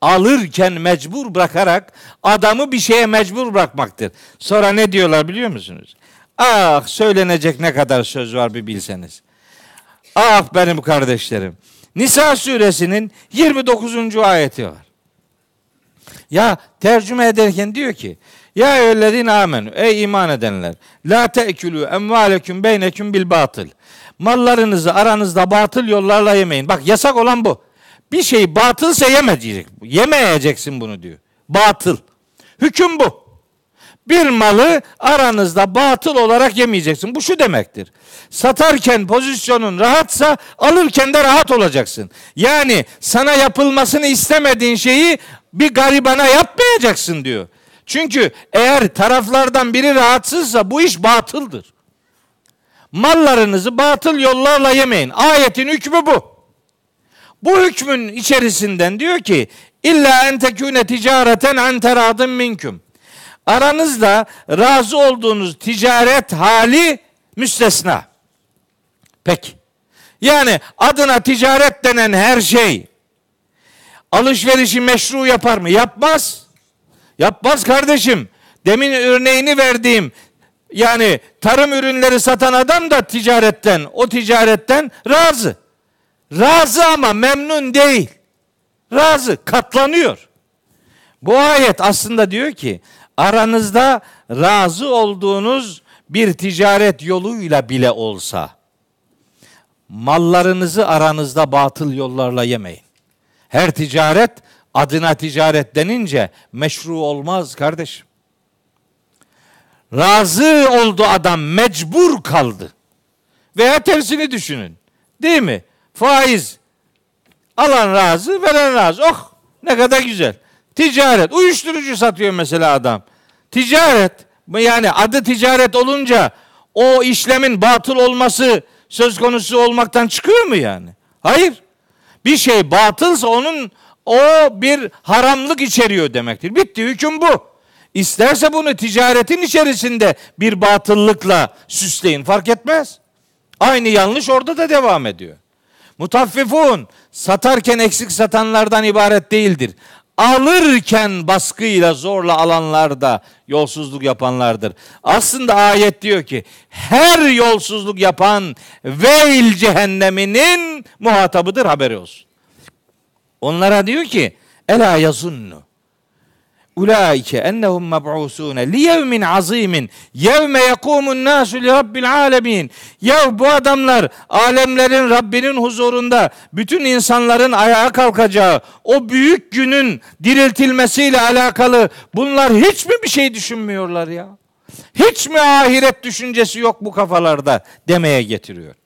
Speaker 1: alırken mecbur bırakarak adamı bir şeye mecbur bırakmaktır. Sonra ne diyorlar biliyor musunuz? Ah, söylenecek ne kadar söz var bir bilseniz. Ah benim kardeşlerim. Nisa suresinin yirmi dokuzuncu ayeti var. Ya tercüme ederken diyor ki: Ya eyyühellezine amenu, ey iman edenler, la te'külü emvaleküm beyneküm bil batıl. Mallarınızı aranızda batıl yollarla yemeyin. Bak, yasak olan bu. Bir şey batılsa yemeyecek. Yemeyeceksin bunu diyor. Batıl. Hüküm bu. Bir malı aranızda batıl olarak yemeyeceksin. Bu şu demektir: satarken pozisyonun rahatsa alırken de rahat olacaksın. Yani sana yapılmasını istemediğin şeyi bir garibana yapmayacaksın diyor. Çünkü eğer taraflardan biri rahatsızsa bu iş batıldır. Mallarınızı batıl yollarla yemeyin. Ayetin hükmü bu. Bu hükmün içerisinden diyor ki: İlla en tekune ticareten an teradın minküm. Aranızda razı olduğunuz ticaret hali müstesna. Peki. Yani adına ticaret denen her şey alışverişi meşru yapar mı? Yapmaz. Yapmaz kardeşim. Demin örneğini verdiğim, yani tarım ürünleri satan adam da ticaretten, o ticaretten razı. Razı ama memnun değil. Razı, katlanıyor. Bu ayet aslında diyor ki, aranızda razı olduğunuz bir ticaret yoluyla bile olsa mallarınızı aranızda batıl yollarla yemeyin. Her ticaret adına ticaret denince meşru olmaz kardeşim. Razı oldu adam, mecbur kaldı. Veya tersini düşünün. Değil mi? Faiz. Alan razı, veren razı. Oh, ne kadar güzel. Ticaret. Uyuşturucu satıyor mesela adam. Ticaret. Yani adı ticaret olunca o işlemin batıl olması söz konusu olmaktan çıkıyor mu yani? Hayır. Bir şey batılsa onun o bir haramlık içeriyor demektir. Bitti, hüküm bu. İsterse bunu ticaretin içerisinde bir batıllıkla süsleyin, fark etmez. Aynı yanlış orada da devam ediyor. Mutaffifun, satarken eksik satanlardan ibaret değildir. Alırken baskıyla, zorla alanlar da yolsuzluk yapanlardır. Aslında ayet diyor ki, her yolsuzluk yapan veil cehenneminin muhatabıdır, haberi olsun. Onlara diyor ki, ela yazunnu ulaike ennehum meb'usune li yevmin azimin yevme yekumun nasu li rabbil alemin. Ya bu adamlar alemlerin Rabbinin huzurunda bütün insanların ayağa kalkacağı o büyük günün diriltilmesiyle alakalı bunlar hiç mi bir şey düşünmüyorlar ya? Hiç mi ahiret düşüncesi yok bu kafalarda demeye getiriyor.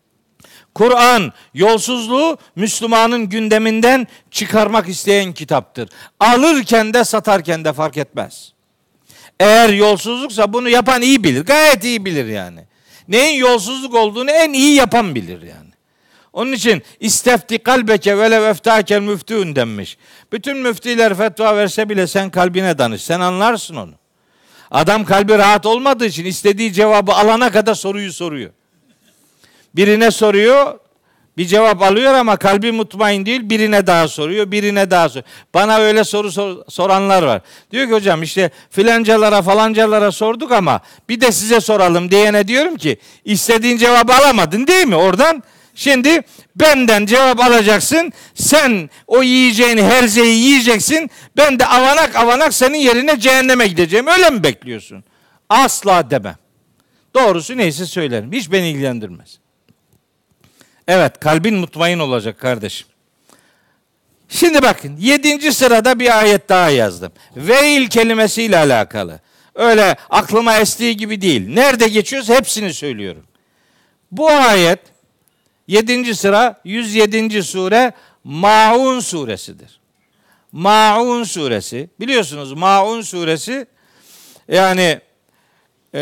Speaker 1: Kur'an yolsuzluğu Müslümanın gündeminden çıkarmak isteyen kitaptır. Alırken de satarken de fark etmez. Eğer yolsuzluksa bunu yapan iyi bilir. Gayet iyi bilir yani. Neyin yolsuzluk olduğunu en iyi yapan bilir yani. Onun için istefti kalbeke velev eftakel müftün denmiş. Bütün müftiler fetva verse bile sen kalbine danış. Sen anlarsın onu. Adam kalbi rahat olmadığı için istediği cevabı alana kadar soruyu soruyor. Birine soruyor, bir cevap alıyor ama kalbi mutmain değil, birine daha soruyor, birine daha soruyor. Bana öyle soru sor, soranlar var. Diyor ki hocam işte filancalara falancalara sorduk ama bir de size soralım diyene diyorum ki istediğin cevabı alamadın değil mi oradan? Şimdi benden cevap alacaksın, sen o yiyeceğin herzeyi yiyeceksin, ben de avanak avanak senin yerine cehenneme gideceğim, öyle mi bekliyorsun? Asla demem. Doğrusu neyse söylerim, hiç beni ilgilendirmez. Evet, kalbin mutmain olacak kardeşim. Şimdi bakın, yedinci sırada bir ayet daha yazdım. Veil kelimesiyle alakalı. Öyle aklıma estiği gibi değil. Nerede geçiyorsa hepsini söylüyorum. Bu ayet yedinci sıra yüz yedinci sure Maun suresidir. Maun suresi. Biliyorsunuz Maun suresi yani e,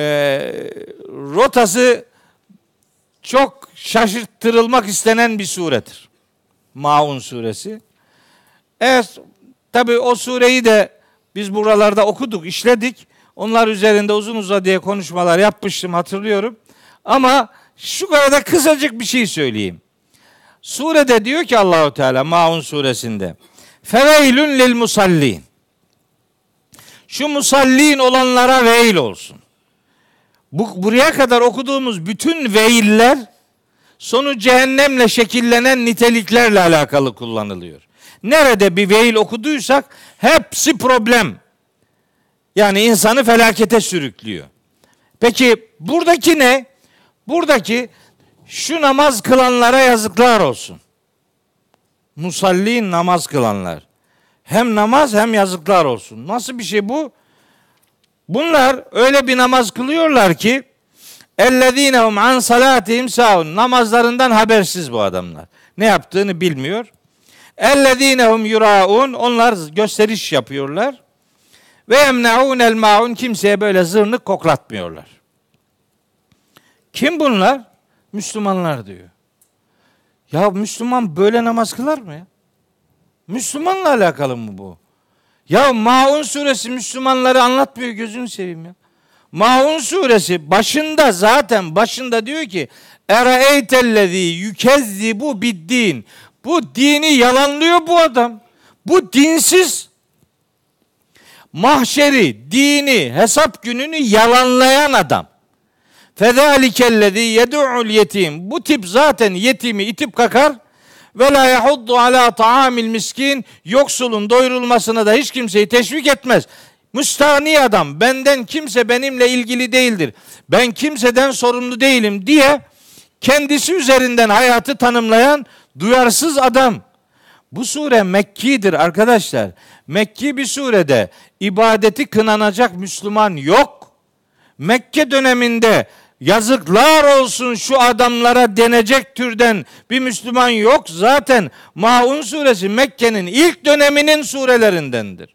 Speaker 1: rotası çok şaşırttırılmak istenen bir suredir. Maun suresi. Evet, tabi o sureyi de biz buralarda okuduk, işledik. Onlar üzerinde uzun uzadıya konuşmalar yapmıştım, hatırlıyorum. Ama şu kadar da kısacık bir şey söyleyeyim. Surede diyor ki Allahu Teala Maun suresinde: Feveylün lil musallin. Şu musallin olanlara veil olsun. Bu, buraya kadar okuduğumuz bütün veiller sonu cehennemle şekillenen niteliklerle alakalı kullanılıyor. Nerede bir veil okuduysak hepsi problem. Yani insanı felakete sürüklüyor. Peki buradaki ne? Buradaki şu namaz kılanlara yazıklar olsun. Musallin, namaz kılanlar. Hem namaz hem yazıklar olsun. Nasıl bir şey bu? Bunlar öyle bir namaz kılıyorlar ki ellezinehum an salatihim sahun. Namazlarından habersiz bu adamlar. Ne yaptığını bilmiyor. Ellezinehum yuraun. Onlar gösteriş yapıyorlar. Ve emnaunel maun. Kimseye böyle zırnık koklatmıyorlar. Kim bunlar? Müslümanlar diyor. Ya Müslüman böyle namaz kılar mı ya? Müslümanla alakalı mı bu? Ya Maun suresi Müslümanları anlatmıyor, gözünü seveyim ya. Maun suresi başında, zaten başında diyor ki Eraeytellezî yükezzibu biddin. Bu dini yalanlıyor bu adam. Bu dinsiz. Mahşeri, dini, hesap gününü yalanlayan adam. Fezâlikellezî yed'ul yetim. Bu tip zaten yetimi itip kakar. Ve la yahuddu ala taamil miskin. Yoksulun doyurulmasına da hiç kimseyi teşvik etmez. Müstahni adam, benden kimse benimle ilgili değildir, ben kimseden sorumlu değilim diye kendisi üzerinden hayatı tanımlayan duyarsız adam. Bu sure Mekki'dir arkadaşlar. Mekki bir surede ibadeti kınanacak Müslüman yok. Mekke döneminde yazıklar olsun şu adamlara denecek türden bir Müslüman yok. Zaten Maun suresi Mekke'nin ilk döneminin surelerindendir.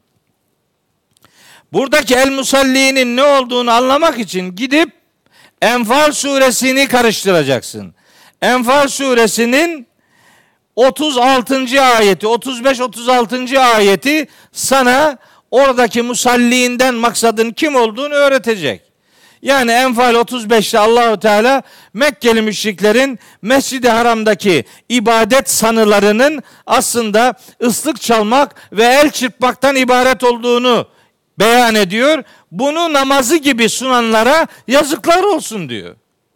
Speaker 1: Buradaki el musallinin ne olduğunu anlamak için gidip Enfal suresini karıştıracaksın. Enfal suresinin otuz altıncı ayeti, otuz beş otuz altıncı ayeti sana oradaki musalliğinden maksadın kim olduğunu öğretecek. Yani Enfal otuz beşte Allahu Teala Mekkeli müşriklerin Mescid-i Haram'daki ibadet sanılarının aslında ıslık çalmak ve el çırpmaktan ibaret olduğunu beyan ediyor. Bunu namazı gibi sunanlara yazıklar olsun diyor.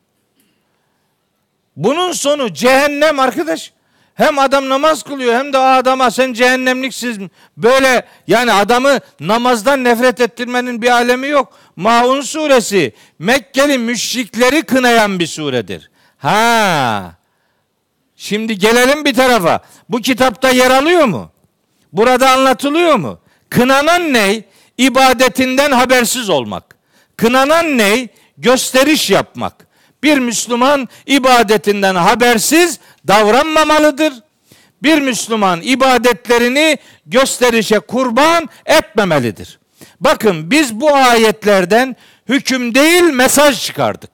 Speaker 1: Bunun sonu cehennem arkadaş. Hem adam namaz kılıyor hem de o adama sen cehennemliksiz böyle, yani adamı namazdan nefret ettirmenin bir alemi yok. Maun suresi Mekkeli müşrikleri kınayan bir suredir. Ha. Şimdi gelelim bir tarafa. Bu kitapta yer alıyor mu? Burada anlatılıyor mu? Kınanan ne? İbadetinden habersiz olmak. Kınanan ne? Gösteriş yapmak. Bir Müslüman ibadetinden habersiz davranmamalıdır. Bir Müslüman ibadetlerini gösterişe kurban etmemelidir. Bakın biz bu ayetlerden hüküm değil mesaj çıkardık.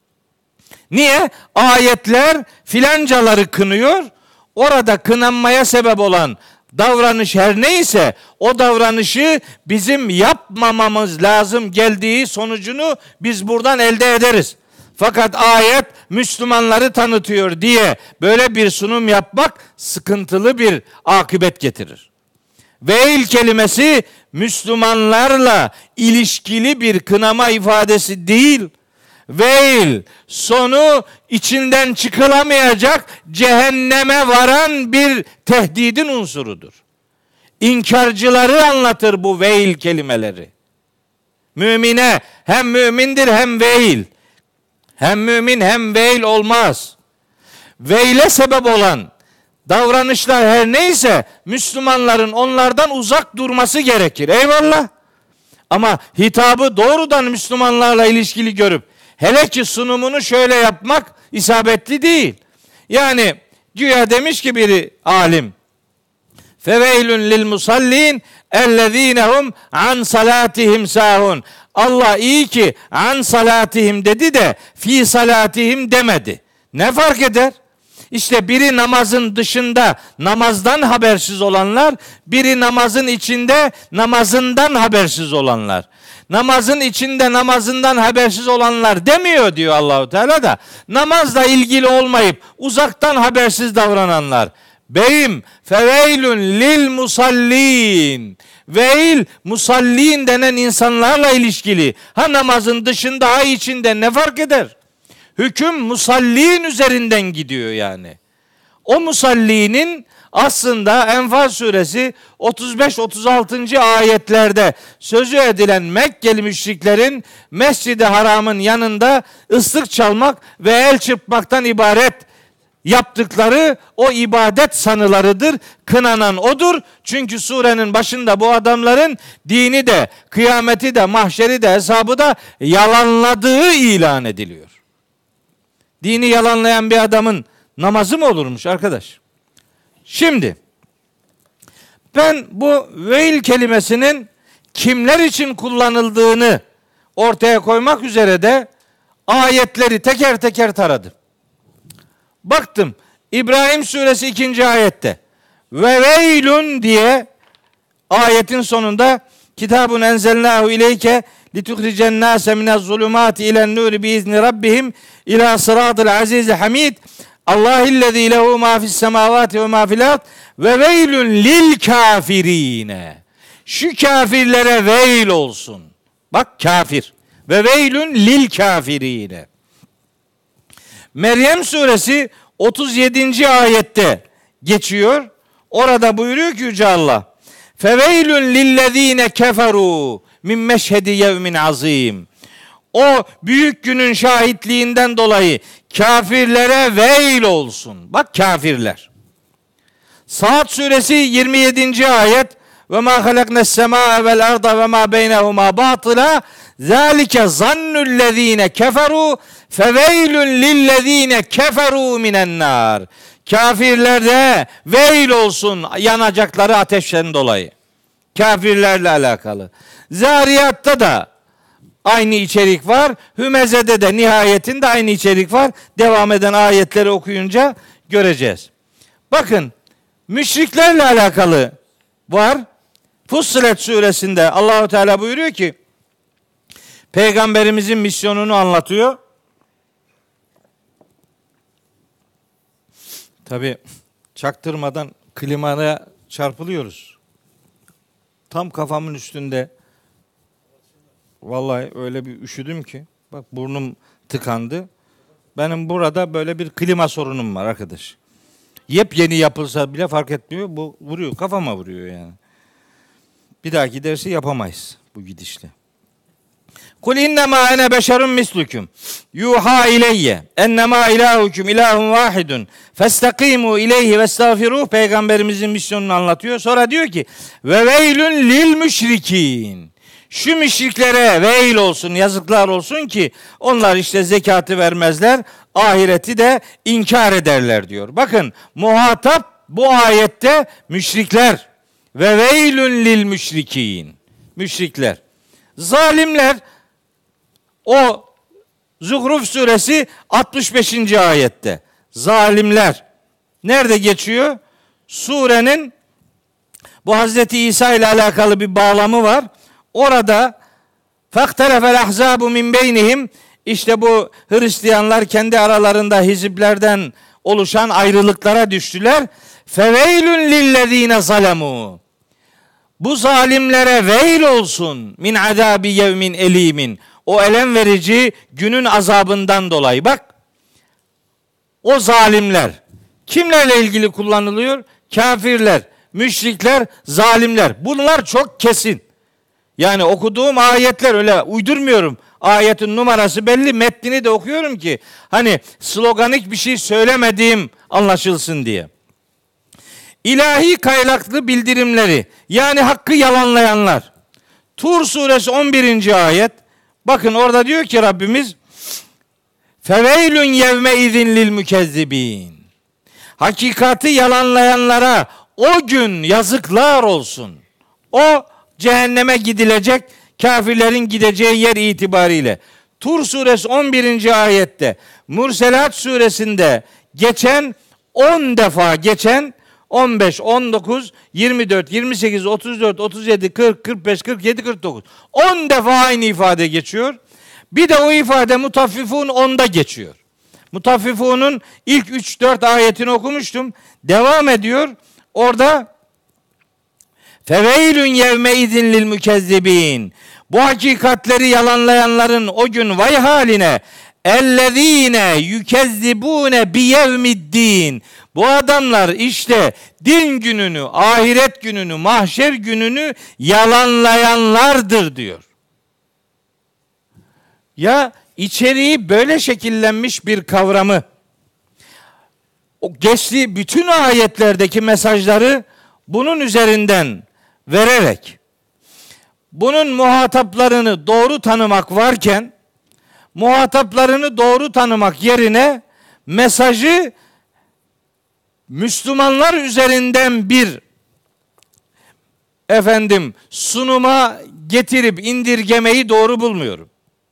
Speaker 1: Niye? Ayetler filancaları kınıyor. Orada kınanmaya sebep olan davranış her neyse o davranışı bizim yapmamamız lazım geldiği sonucunu biz buradan elde ederiz. Fakat ayet Müslümanları tanıtıyor diye böyle bir sunum yapmak sıkıntılı bir akıbet getirir. Veil kelimesi Müslümanlarla ilişkili bir kınama ifadesi değil. Veil sonu içinden çıkılamayacak cehenneme varan bir tehdidin unsurudur. İnkarcıları anlatır bu veil kelimeleri. Mümine hem mümindir hem veil. Hem mümin hem veil olmaz. Veile sebep olan davranışlar her neyse Müslümanların onlardan uzak durması gerekir. Eyvallah. Ama hitabı doğrudan Müslümanlarla ilişkili görüp hele ki sunumunu şöyle yapmak isabetli değil. Yani güya demiş ki biri alim. Feveylün lil musallin ellezinehum an salatihim sahun. Allah iyi ki an salatihim dedi de fi salatihim demedi. Ne fark eder? İşte biri namazın dışında namazdan habersiz olanlar, biri namazın içinde namazından habersiz olanlar. Namazın içinde namazından habersiz olanlar demiyor diyor Allahu Teala da. Namazla ilgili olmayıp uzaktan habersiz davrananlar. Beyim feveylün lil musallin. Veil musallin denen insanlarla ilişkili. Ha namazın dışında ha içinde ne fark eder? Hüküm musallin üzerinden gidiyor yani. O musallinin aslında Enfal suresi otuz beş otuz altıncı ayetlerde sözü edilen Mekkeli müşriklerin Mescid-i Haram'ın yanında ıslık çalmak ve el çırpmaktan ibaret yaptıkları o ibadet sanılarıdır. Kınanan odur. Çünkü surenin başında bu adamların dini de, kıyameti de, mahşeri de, hesabı da yalanladığı ilan ediliyor. Dini yalanlayan bir adamın namazı mı olurmuş arkadaş? Şimdi ben bu veil kelimesinin kimler için kullanıldığını ortaya koymak üzere de ayetleri teker teker taradım. Baktım İbrahim suresi ikinci ayette ve veylun diye ayetin sonunda kitabun enzelnahu ileyke lituhricen nase minez zulumati ilen nuri biizni rabbihim ila sıratil azizil hamid Allahillezî lehu ma fis semavati ve ma fil ard ve veylun lil kafirine. Şu kafirlere veil olsun. Bak kafir. Ve veylun lil kafirine. Meryem suresi otuz yedinci ayette geçiyor. Orada buyuruyor ki Yüce Allah. Feveylun lillezîne keferû min meşhedi yevmin azîm. O büyük günün şahitliğinden dolayı kafirlere veil olsun. Bak kafirler. Saat suresi yirmi yedinci ayet ve ma halaknes semaa vel arda ve ma beynehuma batıla zalike zannullezine keferu feveylun lillezine keferu minen nar. Kafirlerde veil olsun yanacakları ateşten dolayı. Kafirlerle alakalı. Zariyatta da aynı içerik var. Hümeze'de de nihayetinde aynı içerik var. Devam eden ayetleri okuyunca göreceğiz. Bakın müşriklerle alakalı var. Fussilet suresinde Allahu Teala buyuruyor ki Peygamberimizin misyonunu anlatıyor. Tabi çaktırmadan klimaya çarpılıyoruz. Tam kafamın üstünde. Vallahi öyle bir üşüdüm ki. Bak burnum tıkandı. Benim burada böyle bir klima sorunum var arkadaş. Yepyeni yapılsa bile fark etmiyor. Bu vuruyor. Kafama vuruyor yani. Bir dahaki dersi yapamayız bu gidişle. Kul innema ene beşerun mislukum. Yuha ileyye. Ennema ilahukum ilahun vahidun. Festakimu ileyhi ve estağfiruh. Peygamberimizin misyonunu anlatıyor. Sonra diyor ki ve veylün lil müşrikin. Şu müşriklere veil olsun, yazıklar olsun ki onlar işte zekatı vermezler, ahireti de inkar ederler diyor. Bakın muhatap bu ayette müşrikler ve veylün lil müşrikin. Müşrikler. Zalimler o Zuhruf suresi altmış beşinci ayette. Zalimler. Nerede geçiyor? Surenin bu Hazreti İsa ile alakalı bir bağlamı var. Orada fakterefel ahzabu min beynihim, işte bu Hristiyanlar kendi aralarında hiziplerden oluşan ayrılıklara düştüler. Feveylün lillezine zalemu. Bu zalimlere veil olsun min azabi yevmin elimin. O elem verici günün azabından dolayı. Bak o zalimler kimlerle ilgili kullanılıyor? Kafirler, müşrikler, zalimler. Bunlar çok kesin. Yani okuduğum ayetler öyle uydurmuyorum. Ayetin numarası belli, metnini de okuyorum ki hani sloganik bir şey söylemediğim anlaşılsın diye. İlahi kaynaklı bildirimleri yani hakkı yalanlayanlar. Tur suresi on birinci ayet. Bakın orada diyor ki Rabbimiz feveylün yevme izin lil mükezzibin. Hakikati yalanlayanlara o gün yazıklar olsun. O cehenneme gidilecek, kafirlerin gideceği yer itibariyle. Tur suresi on birinci ayette, Murselat suresinde geçen on defa geçen on beş, on dokuz, yirmi dört, yirmi sekiz, otuz dört, otuz yedi, kırk, kırk beş, kırk yedi, kırk dokuz. on defa aynı ifade geçiyor. Bir de o ifade mutaffifun onda geçiyor. Mutaffifunun ilk üç dört ayetini okumuştum. Devam ediyor. Orada feveylün yevme idin lil mükezzibin. Bu hakikatleri yalanlayanların o gün vay haline. Ellezine yükezzibune biyevmiddin. Bu adamlar işte din gününü, ahiret gününü, mahşer gününü yalanlayanlardır diyor. Ya içeriği böyle şekillenmiş bir kavramı, o geçtiği bütün ayetlerdeki mesajları bunun üzerinden vererek, bunun muhataplarını doğru tanımak varken, muhataplarını doğru tanımak yerine mesajı Müslümanlar üzerinden bir efendim sunuma getirip indirgemeyi doğru bulmuyorum.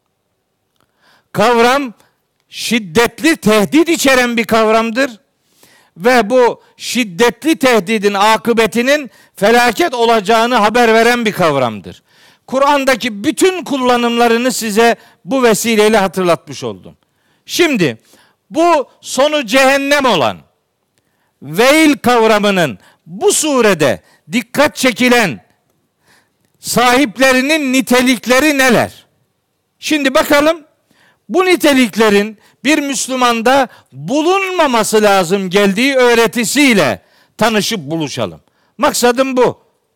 Speaker 1: Kavram şiddetli tehdit içeren bir kavramdır ve bu şiddetli tehdidin akıbetinin felaket olacağını haber veren bir kavramdır. Kur'an'daki bütün kullanımlarını size bu vesileyle hatırlatmış oldum. Şimdi bu sonu cehennem olan veil kavramının bu surede dikkat çekilen sahiplerinin nitelikleri neler? Şimdi bakalım bu niteliklerin bir Müslümanda bulunmaması lazım geldiği öğretisiyle tanışıp buluşalım. Maksadım bu.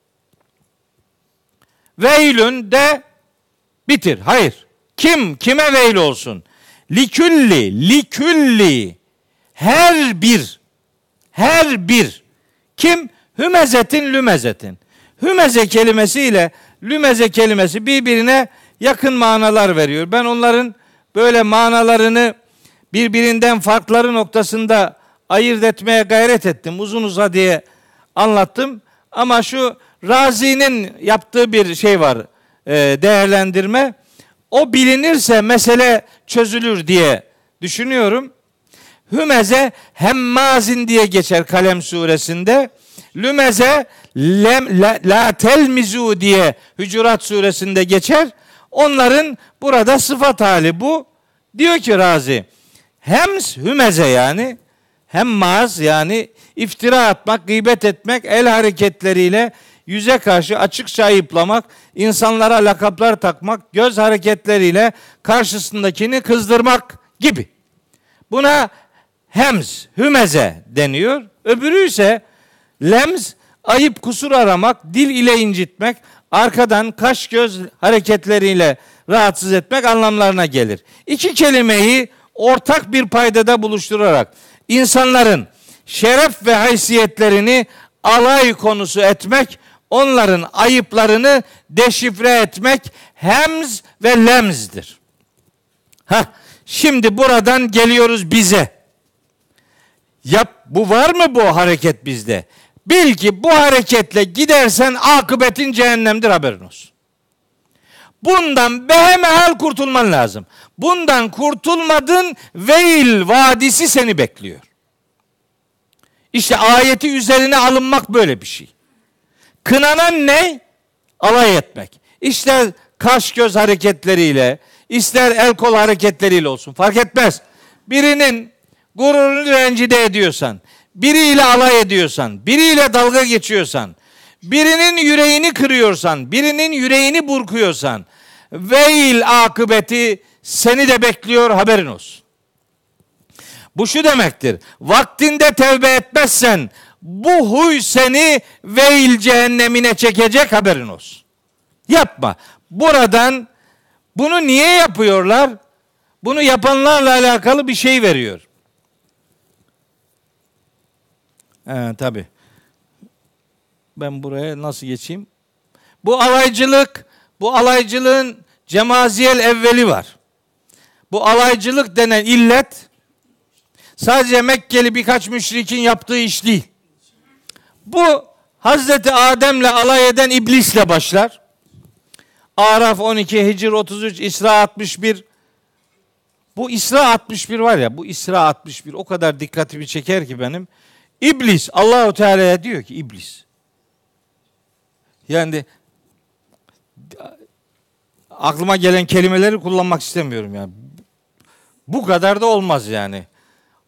Speaker 1: Veylün de bitir. Hayır. Kim kime veil olsun? Likülli, likülli her bir her bir kim? Hümezetin lümezetin. Hümeze kelimesiyle lümeze kelimesi birbirine yakın manalar veriyor. Ben onların böyle manalarını birbirinden farkları noktasında ayırt etmeye gayret ettim. Uzun uzadıya anlattım. Ama şu Razi'nin yaptığı bir şey var, e, değerlendirme. O bilinirse mesele çözülür diye düşünüyorum. Hümeze hemmazin diye geçer Kalem suresinde. Lümeze lem, la, la telmizu diye Hücurat suresinde geçer. Onların burada sıfat hali bu. Diyor ki Razi, hems hümeze yani hemmaz yani iftira atmak, gıybet etmek, el hareketleriyle yüze karşı açıkça ayıplamak, insanlara lakaplar takmak, göz hareketleriyle karşısındakini kızdırmak gibi. Buna hemz, hümeze deniyor. Öbürü ise lemz, ayıp kusur aramak, dil ile incitmek, arkadan kaş göz hareketleriyle rahatsız etmek anlamlarına gelir. İki kelimeyi ortak bir paydada buluşturarak insanların şeref ve haysiyetlerini alay konusu etmek, onların ayıplarını deşifre etmek hemz ve lemzdir. Hah, şimdi buradan geliyoruz bize. Yap, bu var mı bu hareket bizde? Bil ki bu hareketle gidersen akıbetin cehennemdir, haberin olsun. Bundan behemehal kurtulman lazım. Bundan kurtulmadın, veil vadisi seni bekliyor. İşte ayeti üzerine alınmak böyle bir şey. Kınanan ne? Alay etmek. İster kaş göz hareketleriyle, ister el kol hareketleriyle olsun, fark etmez. Birinin gururunu rencide ediyorsan, biriyle alay ediyorsan, biriyle dalga geçiyorsan, birinin yüreğini kırıyorsan, birinin yüreğini burkuyorsan, veil akıbeti seni de bekliyor, haberin olsun. Bu şu demektir: vaktinde tevbe etmezsen bu huy seni veil cehennemine çekecek, haberin olsun. Yapma. Buradan bunu niye yapıyorlar? Bunu yapanlarla alakalı bir şey veriyor. Ee, tabii. Ben buraya nasıl geçeyim? Bu alaycılık, bu alaycılığın cemaziyel evveli var. Bu alaycılık denen illet sadece Mekkeli birkaç müşrikin yaptığı iş değil. Bu Hazreti Adem'le alay eden iblisle başlar. Araf on iki, Hicr otuz üç, İsra altmış bir. Bu İsra altmış bir var ya, bu İsra altmış bir o kadar dikkatimi çeker ki benim. İblis, Allahu Teala'ya diyor ki iblis. Yani aklıma gelen kelimeleri kullanmak istemiyorum yani. Bu kadar da olmaz yani.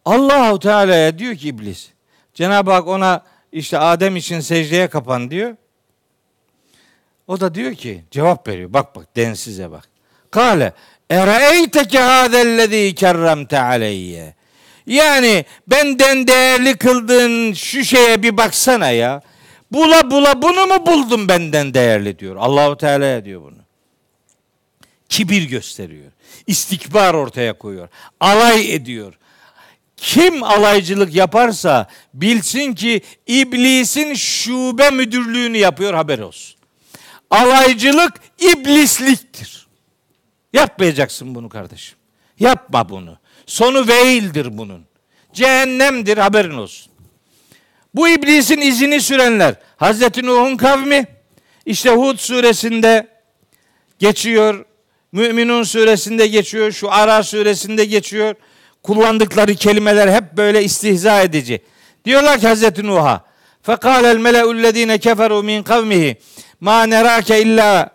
Speaker 1: Allahu Teala'ya diyor ki iblis, Cenab-ı Hak ona işte Adem için secdeye kapan diyor. O da diyor ki, cevap veriyor. Bak bak densize bak. Kale ere'eyteke hâzellezî kerremte aleyye. Yani benden değerli kıldığın şu şeye bir baksana ya. Bula bula bunu mu buldun benden değerli diyor. Allahu Teala'ya diyor bunu. Kibir gösteriyor. İstikbar ortaya koyuyor. Alay ediyor. Kim alaycılık yaparsa bilsin ki iblisin şube müdürlüğünü yapıyor, haber olsun. Alaycılık iblisliktir. Yapmayacaksın bunu kardeşim. Yapma bunu. Sonu veildir bunun. Cehennemdir, haberin olsun. Bu iblisin izini sürenler Hazreti Nuh'un kavmi, işte Hud suresinde geçiyor, Müminun suresinde geçiyor, Şuara suresinde geçiyor. Kullandıkları kelimeler hep böyle istihza edici. Diyorlar ki Hazreti Nuh'a, فَقَالَ الْمَلَأُ الَّذ۪ينَ كَفَرُوا مِنْ قَوْمِهِ مَا نَرَاكَ اِلَّا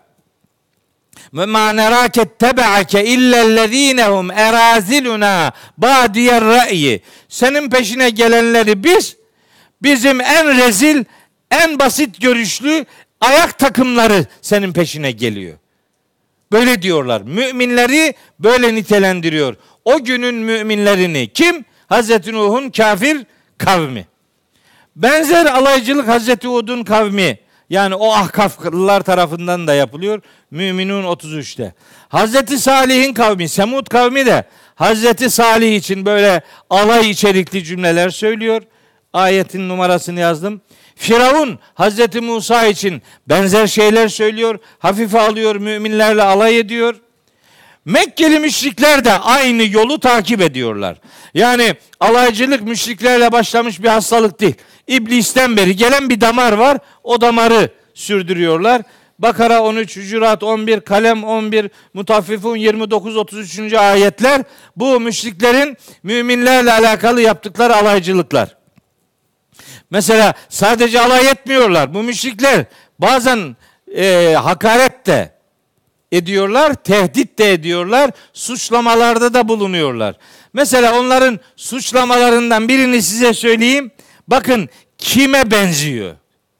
Speaker 1: مَا نَرَاكَ اتَّبَعَكَ اِلَّا الَّذ۪ينَ هُمْ اَرَازِلُنَا بَادِيَ الرَّأْيِ. Senin peşine gelenleri biz, bizim en rezil, en basit görüşlü ayak takımları senin peşine geliyor. Böyle diyorlar. Müminleri böyle nitelendiriyor. O günün müminlerini kim? Hazreti Nuh'un kafir kavmi. Benzer alaycılık Hazreti Hud'un kavmi, yani o Ahkaflılar tarafından da yapılıyor. Müminun otuz üçte. Hazreti Salih'in kavmi, Semud kavmi de Hazreti Salih için böyle alay içerikli cümleler söylüyor. Ayetin numarasını yazdım. Firavun Hazreti Musa için benzer şeyler söylüyor. Hafife alıyor, müminlerle alay ediyor. Mekkeli müşrikler de aynı yolu takip ediyorlar. Yani alaycılık müşriklerle başlamış bir hastalık değil. İblisten beri gelen bir damar var. O damarı sürdürüyorlar. Bakara on üç, Hücurat on bir, Kalem on bir, Mutaffifun yirmi dokuz otuz üçüncü ayetler bu müşriklerin müminlerle alakalı yaptıkları alaycılıklar. Mesela sadece alay etmiyorlar. Bu müşrikler bazen e, hakaret de ediyorlar, tehdit de ediyorlar, suçlamalarda da bulunuyorlar. Mesela onların suçlamalarından birini size söyleyeyim. Bakın kime benziyor?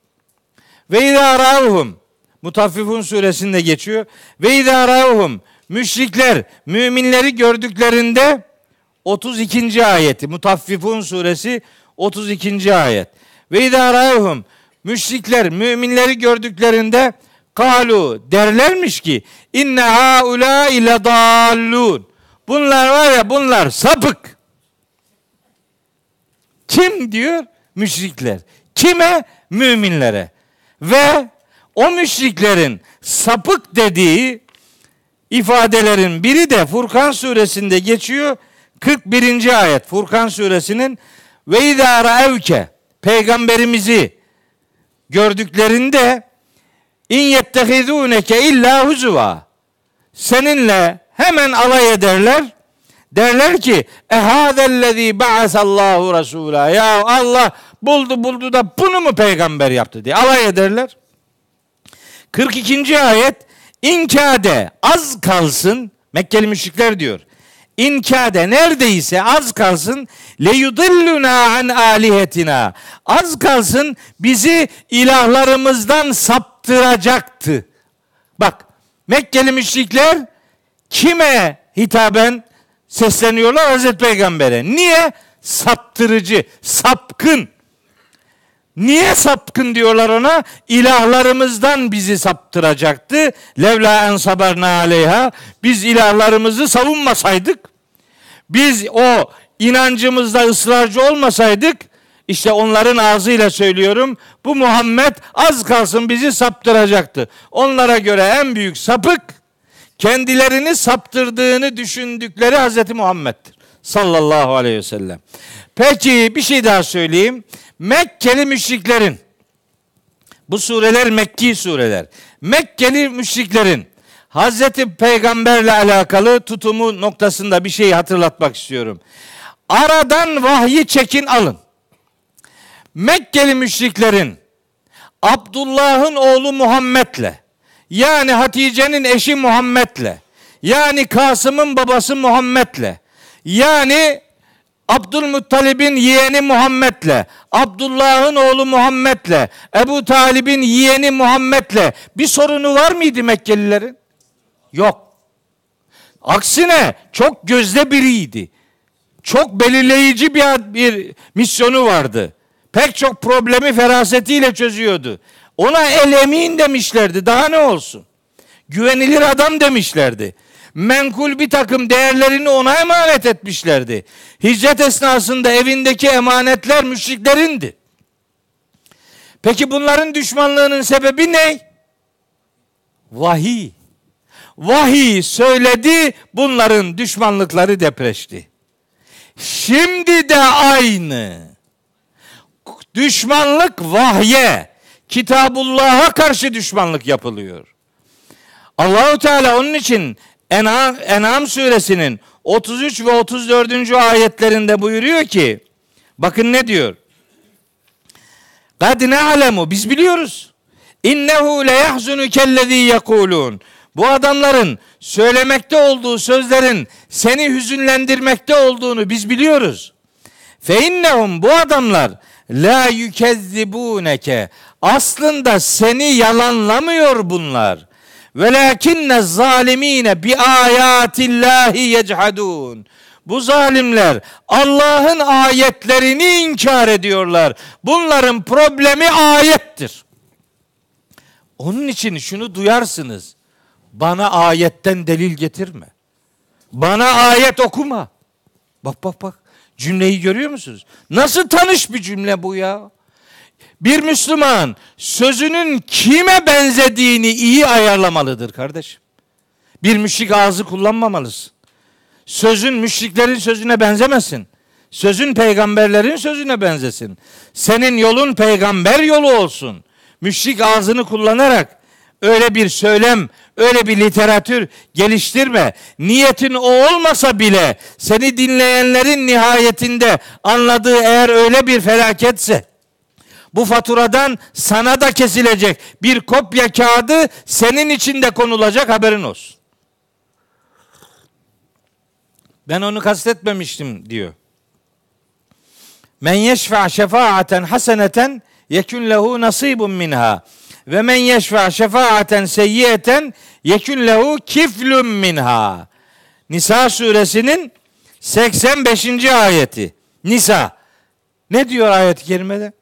Speaker 1: Ve izâ râuhum, Mutaffifun suresinde geçiyor. Ve izâ râuhum, müşrikler müminleri gördüklerinde otuz ikinci ayeti, Mutaffifun suresi otuz ikinci ayet. Ve izâ râuhum, müşrikler müminleri gördüklerinde kalu, derlermiş ki inne haula ile dallun. Bunlar var ya, bunlar sapık. Kim diyor? Müşrikler. Kime? Müminlere. Ve o müşriklerin sapık dediği ifadelerin biri de Furkan suresinde geçiyor. kırk birinci ayet Furkan suresinin ve izâ ra'evke, peygamberimizi gördüklerinde İn yettehizûneke illa huzuva, seninle hemen alay ederler. Derler ki ehâzellezî ba'asallahu rasûlâ. Ya Allah buldu buldu da bunu mu peygamber yaptı diye alay ederler. kırk ikinci ayet İnkâde, az kalsın, Mekkeli müşrikler diyor. İnkâde, neredeyse az kalsın leyudilluna an alihetina. Az kalsın bizi ilahlarımızdan saptıracaktı. Bak, Mekkeli müşrikler kime hitaben sesleniyorlar? Hazreti Peygamber'e. Niye? Saptırıcı, sapkın. Niye sapkın diyorlar ona? İlahlarımızdan bizi saptıracaktı. Levla en sabarna aleyha. Biz ilahlarımızı savunmasaydık, biz o inancımızda ısrarcı olmasaydık, işte onların ağzıyla söylüyorum, bu Muhammed az kalsın bizi saptıracaktı. Onlara göre en büyük sapık, kendilerini saptırdığını düşündükleri Hazreti Muhammed'dir. Sallallahu aleyhi ve sellem. Peki bir şey daha söyleyeyim. Mekkeli müşriklerin, bu sureler Mekki sureler. Mekkeli müşriklerin Hazreti Peygamberle alakalı tutumu noktasında bir şey hatırlatmak istiyorum. Aradan vahyi çekin alın. Mekkeli müşriklerin Abdullah'ın oğlu Muhammed'le, yani Hatice'nin eşi Muhammed'le, yani Kasım'ın babası Muhammed'le, yani Abdülmuttalib'in yeğeni Muhammed'le, Abdullah'ın oğlu Muhammed'le, Ebu Talib'in yeğeni Muhammed'le bir sorunu var mıydı Mekkelilerin? Yok. Aksine çok gözde biriydi. Çok belirleyici bir, bir misyonu vardı. Pek çok problemi ferasetiyle çözüyordu. Ona el emin demişlerdi. Daha ne olsun? Güvenilir adam demişlerdi. Menkul bir takım değerlerini ona emanet etmişlerdi. Hicret esnasında evindeki emanetler müşriklerindi. Peki bunların düşmanlığının sebebi ne? Vahiy. Vahiy söyledi, bunların düşmanlıkları depreşti. Şimdi de aynı. Düşmanlık vahye, Kitabullah'a karşı düşmanlık yapılıyor. Allahu Teala onun için En'am, En'am suresinin otuz üç ve otuz dördüncü ayetlerinde buyuruyor ki, bakın ne diyor? Kad ne'alemu, biz biliyoruz. İnnehu le yahzunukellezî yekulûn. Bu adamların söylemekte olduğu sözlerin seni hüzünlendirmekte olduğunu biz biliyoruz. Fe innehum, bu adamlar la yükezzibûneke, aslında seni yalanlamıyor bunlar. Velakinne zalimine bi ayatillahi yechadun. Bu zalimler Allah'ın ayetlerini inkar ediyorlar. Bunların problemi ayettir. Onun için şunu duyarsınız. Bana ayetten delil getirme. Bana ayet okuma. Bak bak bak. Cümleyi görüyor musunuz? Nasıl tanış bir cümle bu ya? Bir Müslüman sözünün kime benzediğini iyi ayarlamalıdır kardeşim. Bir müşrik ağzı kullanmamalısın. Sözün müşriklerin sözüne benzemesin. Sözün peygamberlerin sözüne benzesin. Senin yolun peygamber yolu olsun. Müşrik ağzını kullanarak öyle bir söylem, öyle bir literatür geliştirme. Niyetin o olmasa bile seni dinleyenlerin nihayetinde anladığı eğer öyle bir felaketse, bu faturadan sana da kesilecek bir kopya kağıdı senin için de konulacak, haberin olsun. Ben onu kastetmemiştim diyor. Men yeşfa şefaaten haseneten yekun lehu nasibun minha ve men yeşfa şefaaten seyyiyeten yekun lehu kiflun minha. Nisa suresinin seksen beşinci ayeti. Nisa. Ne diyor ayet-i kerimede?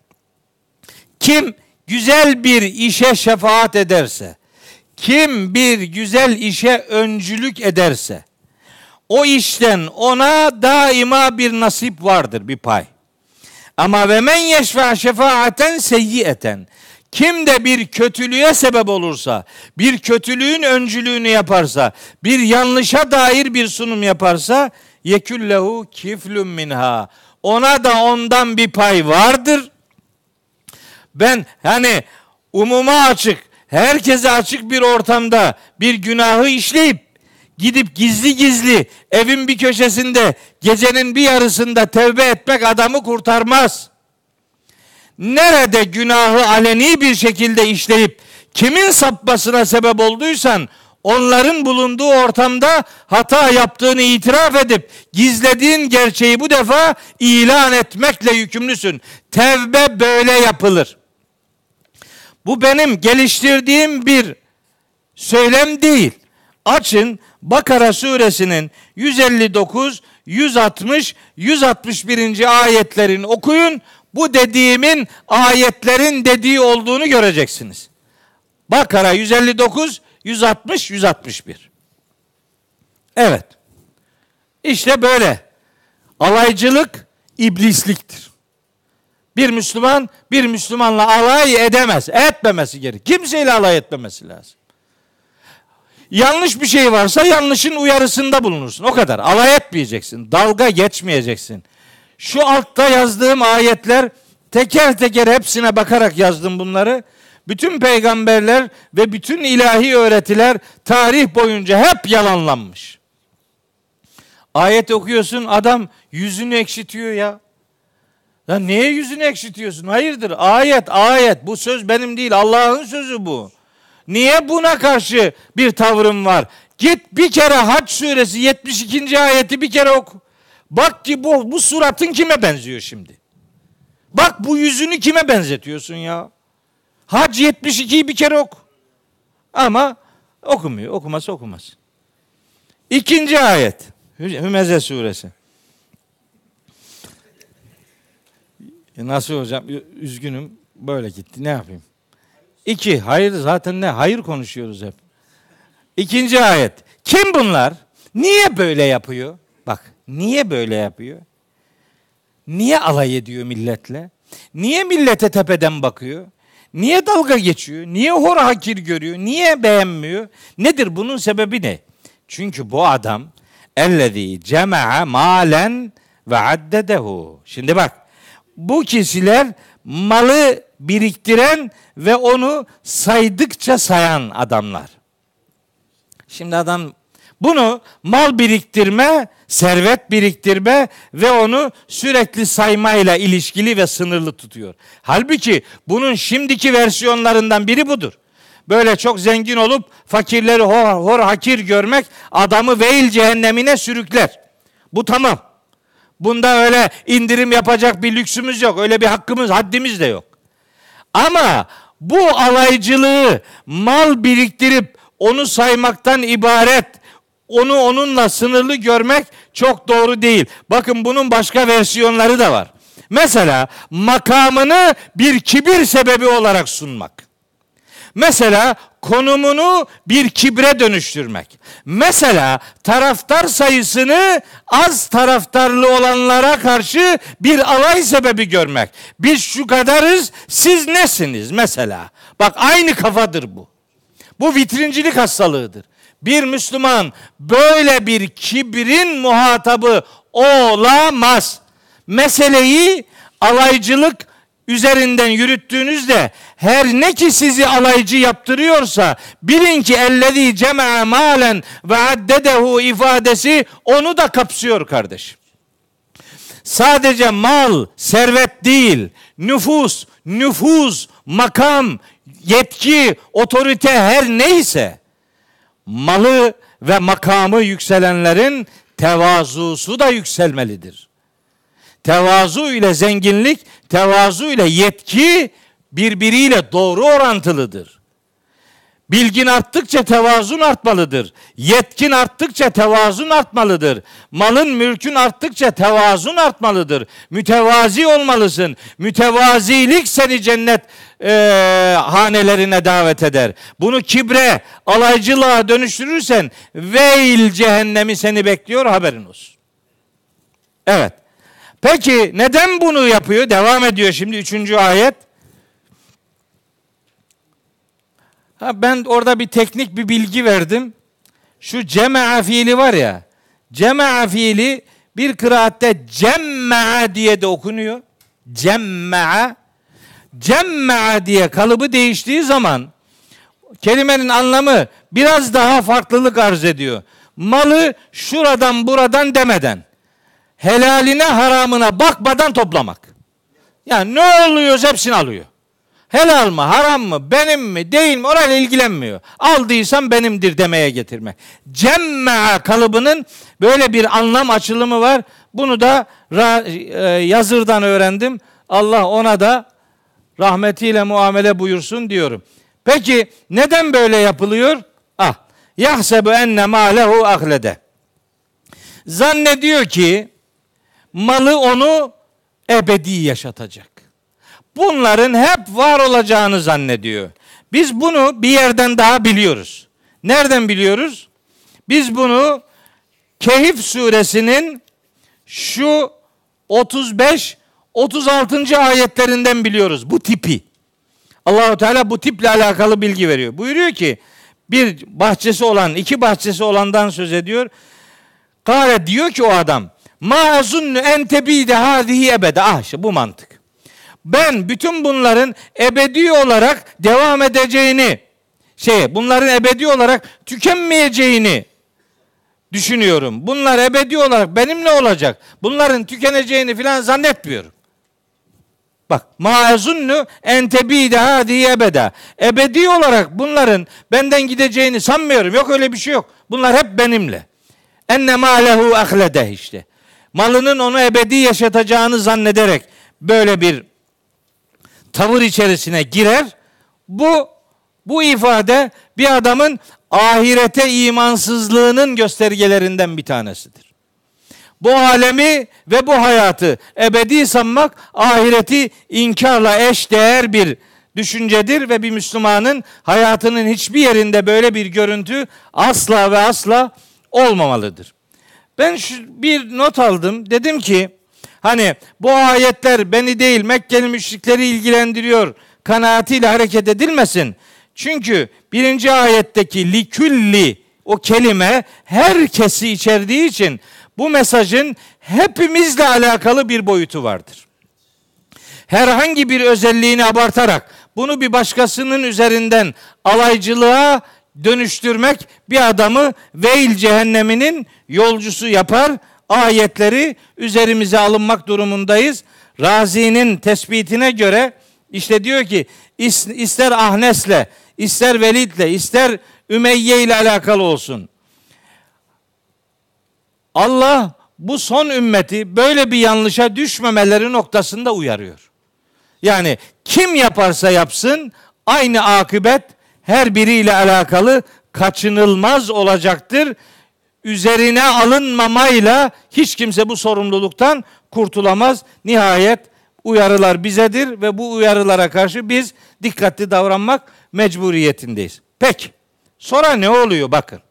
Speaker 1: Kim güzel bir işe şefaat ederse, kim bir güzel işe öncülük ederse, o işten ona daima bir nasip vardır, bir pay. Ama ve men yeşfa şefaaten seyyiyeten, kim de bir kötülüğe sebep olursa, bir kötülüğün öncülüğünü yaparsa, bir yanlışa dair bir sunum yaparsa, yekullehu kiflun minha, ona da ondan bir pay vardır. Ben hani umuma açık, herkese açık bir ortamda bir günahı işleyip gidip gizli gizli evin bir köşesinde gecenin bir yarısında tevbe etmek adamı kurtarmaz. Nerede günahı aleni bir şekilde işleyip kimin sapmasına sebep olduysan onların bulunduğu ortamda hata yaptığını itiraf edip gizlediğin gerçeği bu defa ilan etmekle yükümlüsün. Tevbe böyle yapılır. Bu benim geliştirdiğim bir söylem değil. Açın Bakara suresinin yüz elli dokuz, yüz altmış, yüz altmış birinci ayetlerini okuyun. Bu dediğimin ayetlerin dediği olduğunu göreceksiniz. Bakara yüz elli dokuz, yüz altmış, yüz altmış bir. Evet. İşte böyle. Alaycılık iblisliktir. Bir Müslüman bir Müslümanla alay edemez. Etmemesi gerek. Kimseyle alay etmemesi lazım. Yanlış bir şey varsa yanlışın uyarısında bulunursun. O kadar. Alay etmeyeceksin. Dalga geçmeyeceksin. Şu altta yazdığım ayetler, teker teker hepsine bakarak yazdım bunları. Bütün peygamberler ve bütün ilahi öğretiler tarih boyunca hep yalanlanmış. Ayet okuyorsun, adam yüzünü ekşitiyor ya. Ya niye yüzünü ekşitiyorsun? Hayırdır? Ayet, ayet. Bu söz benim değil. Allah'ın sözü bu. Niye buna karşı bir tavrım var? Git bir kere Hac suresi yetmiş ikinci ayeti bir kere oku. Bak ki bu, bu suratın kime benziyor şimdi? Bak bu yüzünü kime benzetiyorsun ya? Hac yetmiş ikiyi bir kere oku. Ama okumuyor. Okuması okumaz. İkinci ayet. Hümeze suresi. Nasıl hocam? Üzgünüm. Böyle gitti. Ne yapayım? İki. Hayır zaten ne? Hayır konuşuyoruz hep. İkinci ayet. Kim bunlar? Niye böyle yapıyor? Bak. Niye böyle yapıyor? Niye alay ediyor milletle? Niye millete tepeden bakıyor? Niye dalga geçiyor? Niye hor hakir görüyor? Niye beğenmiyor? Nedir bunun sebebi ne? Çünkü bu adam ellezî cema'a malen ve addedehu. Şimdi bak. Bu kişiler malı biriktiren ve onu saydıkça sayan adamlar. Şimdi adam bunu mal biriktirme, servet biriktirme ve onu sürekli saymayla ilişkili ve sınırlı tutuyor. Halbuki bunun şimdiki versiyonlarından biri budur. Böyle çok zengin olup fakirleri hor, hor hakir görmek adamı veil cehennemine sürükler. Bu tamam. Bunda öyle indirim yapacak bir lüksümüz yok. Öyle bir hakkımız, haddimiz de yok. Ama bu alaycılığı mal biriktirip onu saymaktan ibaret, onu onunla sınırlı görmek çok doğru değil. Bakın bunun başka versiyonları da var. Mesela makamını bir kibir sebebi olarak sunmak. Mesela konumunu bir kibre dönüştürmek. Mesela taraftar sayısını az taraftarlı olanlara karşı bir alay sebebi görmek. Biz şu kadarız, siz nesiniz mesela? Bak aynı kafadır bu. Bu vitrincilik hastalığıdır. Bir Müslüman böyle bir kibrin muhatabı olamaz. Meseleyi alaycılık üzerinden yürüttüğünüzde her ne ki sizi alaycı yaptırıyorsa bilin ki ellezî cema'a malen ve addedehu ifadesi onu da kapsıyor kardeşim. Sadece mal, servet değil, nüfus, nüfuz, makam, yetki, otorite her neyse malı ve makamı yükselenlerin tevazusu da yükselmelidir. Tevazu ile zenginlik, tevazu ile yetki birbiriyle doğru orantılıdır. Bilgin arttıkça tevazun artmalıdır. Yetkin arttıkça tevazun artmalıdır. Malın, mülkün arttıkça tevazun artmalıdır. Mütevazi olmalısın. Mütevazilik seni cennet e, hanelerine davet eder. Bunu kibre, alaycılığa dönüştürürsen veil cehennemi seni bekliyor, haberin olsun. Evet. Peki neden bunu yapıyor? Devam ediyor şimdi üçüncü ayet. Ha, ben orada bir teknik bir bilgi verdim. Şu cema'a fiili var ya. Cema'a fiili bir kıraatte cemma'a diye de okunuyor. Cemma'a. Cemma'a diye kalıbı değiştiği zaman kelimenin anlamı biraz daha farklılık arz ediyor. Malı şuradan buradan demeden, helaline haramına bakmadan toplamak. Yani ne oluyorsa hepsini alıyor. Helal mı, haram mı, benim mi, değil mi orayla ilgilenmiyor. Aldıysam benimdir demeye getirmek. Cemme kalıbının böyle bir anlam açılımı var. Bunu da yazırdan öğrendim. Allah ona da rahmetiyle muamele buyursun diyorum. Peki neden böyle yapılıyor? Ah, yahsebu enne mâlehu ahlede. Zannediyor ki malı onu ebedi yaşatacak. Bunların hep var olacağını zannediyor. Biz bunu bir yerden daha biliyoruz. Nereden biliyoruz? Biz bunu Kehf suresinin şu otuz beş otuz altıncı ayetlerinden biliyoruz bu tipi. Allah-u Teala bu tiple alakalı bilgi veriyor. Buyuruyor ki bir bahçesi olan, iki bahçesi olandan söz ediyor. Kâle diyor ki o adam, ma azunnu en tebide hâzihi ebede. Ah işte bu mantık. Ben bütün bunların ebedi olarak devam edeceğini, şey, bunların ebedi olarak tükenmeyeceğini düşünüyorum. Bunlar ebedi olarak benimle olacak. Bunların tükeneceğini filan zannetmiyorum. Bak, maazunnu en tebide hâzihi ebede. Ebedi olarak bunların benden gideceğini sanmıyorum. Yok öyle bir şey yok. Bunlar hep benimle. Enne mâlehu ahlede işte. malının onu ebedi yaşatacağını zannederek böyle bir tavır içerisine girer. Bu bu ifade bir adamın ahirete imansızlığının göstergelerinden bir tanesidir. Bu alemi ve bu hayatı ebedi sanmak ahireti inkarla eşdeğer bir düşüncedir ve bir Müslümanın hayatının hiçbir yerinde böyle bir görüntü asla ve asla olmamalıdır. Ben şu bir not aldım. Dedim ki hani bu ayetler beni değil Mekkeli müşrikleri ilgilendiriyor kanaatiyle hareket edilmesin. Çünkü birinci ayetteki likülli o kelime herkesi içerdiği için bu mesajın hepimizle alakalı bir boyutu vardır. Herhangi bir özelliğini abartarak bunu bir başkasının üzerinden alaycılığa dönüştürmek bir adamı veil cehenneminin yolcusu yapar. Ayetleri üzerimize alınmak durumundayız. Razi'nin tespitine göre işte diyor ki ister Ahnes'le, ister Velid'le, ister Ümeyye ile alakalı olsun. Allah bu son ümmeti böyle bir yanlışa düşmemeleri noktasında uyarıyor. Yani kim yaparsa yapsın aynı akıbet her biriyle alakalı kaçınılmaz olacaktır. Üzerine alınmamayla hiç kimse bu sorumluluktan kurtulamaz. Nihayet uyarılar bizedir ve bu uyarılara karşı biz dikkatli davranmak mecburiyetindeyiz. Peki, sonra ne oluyor bakın.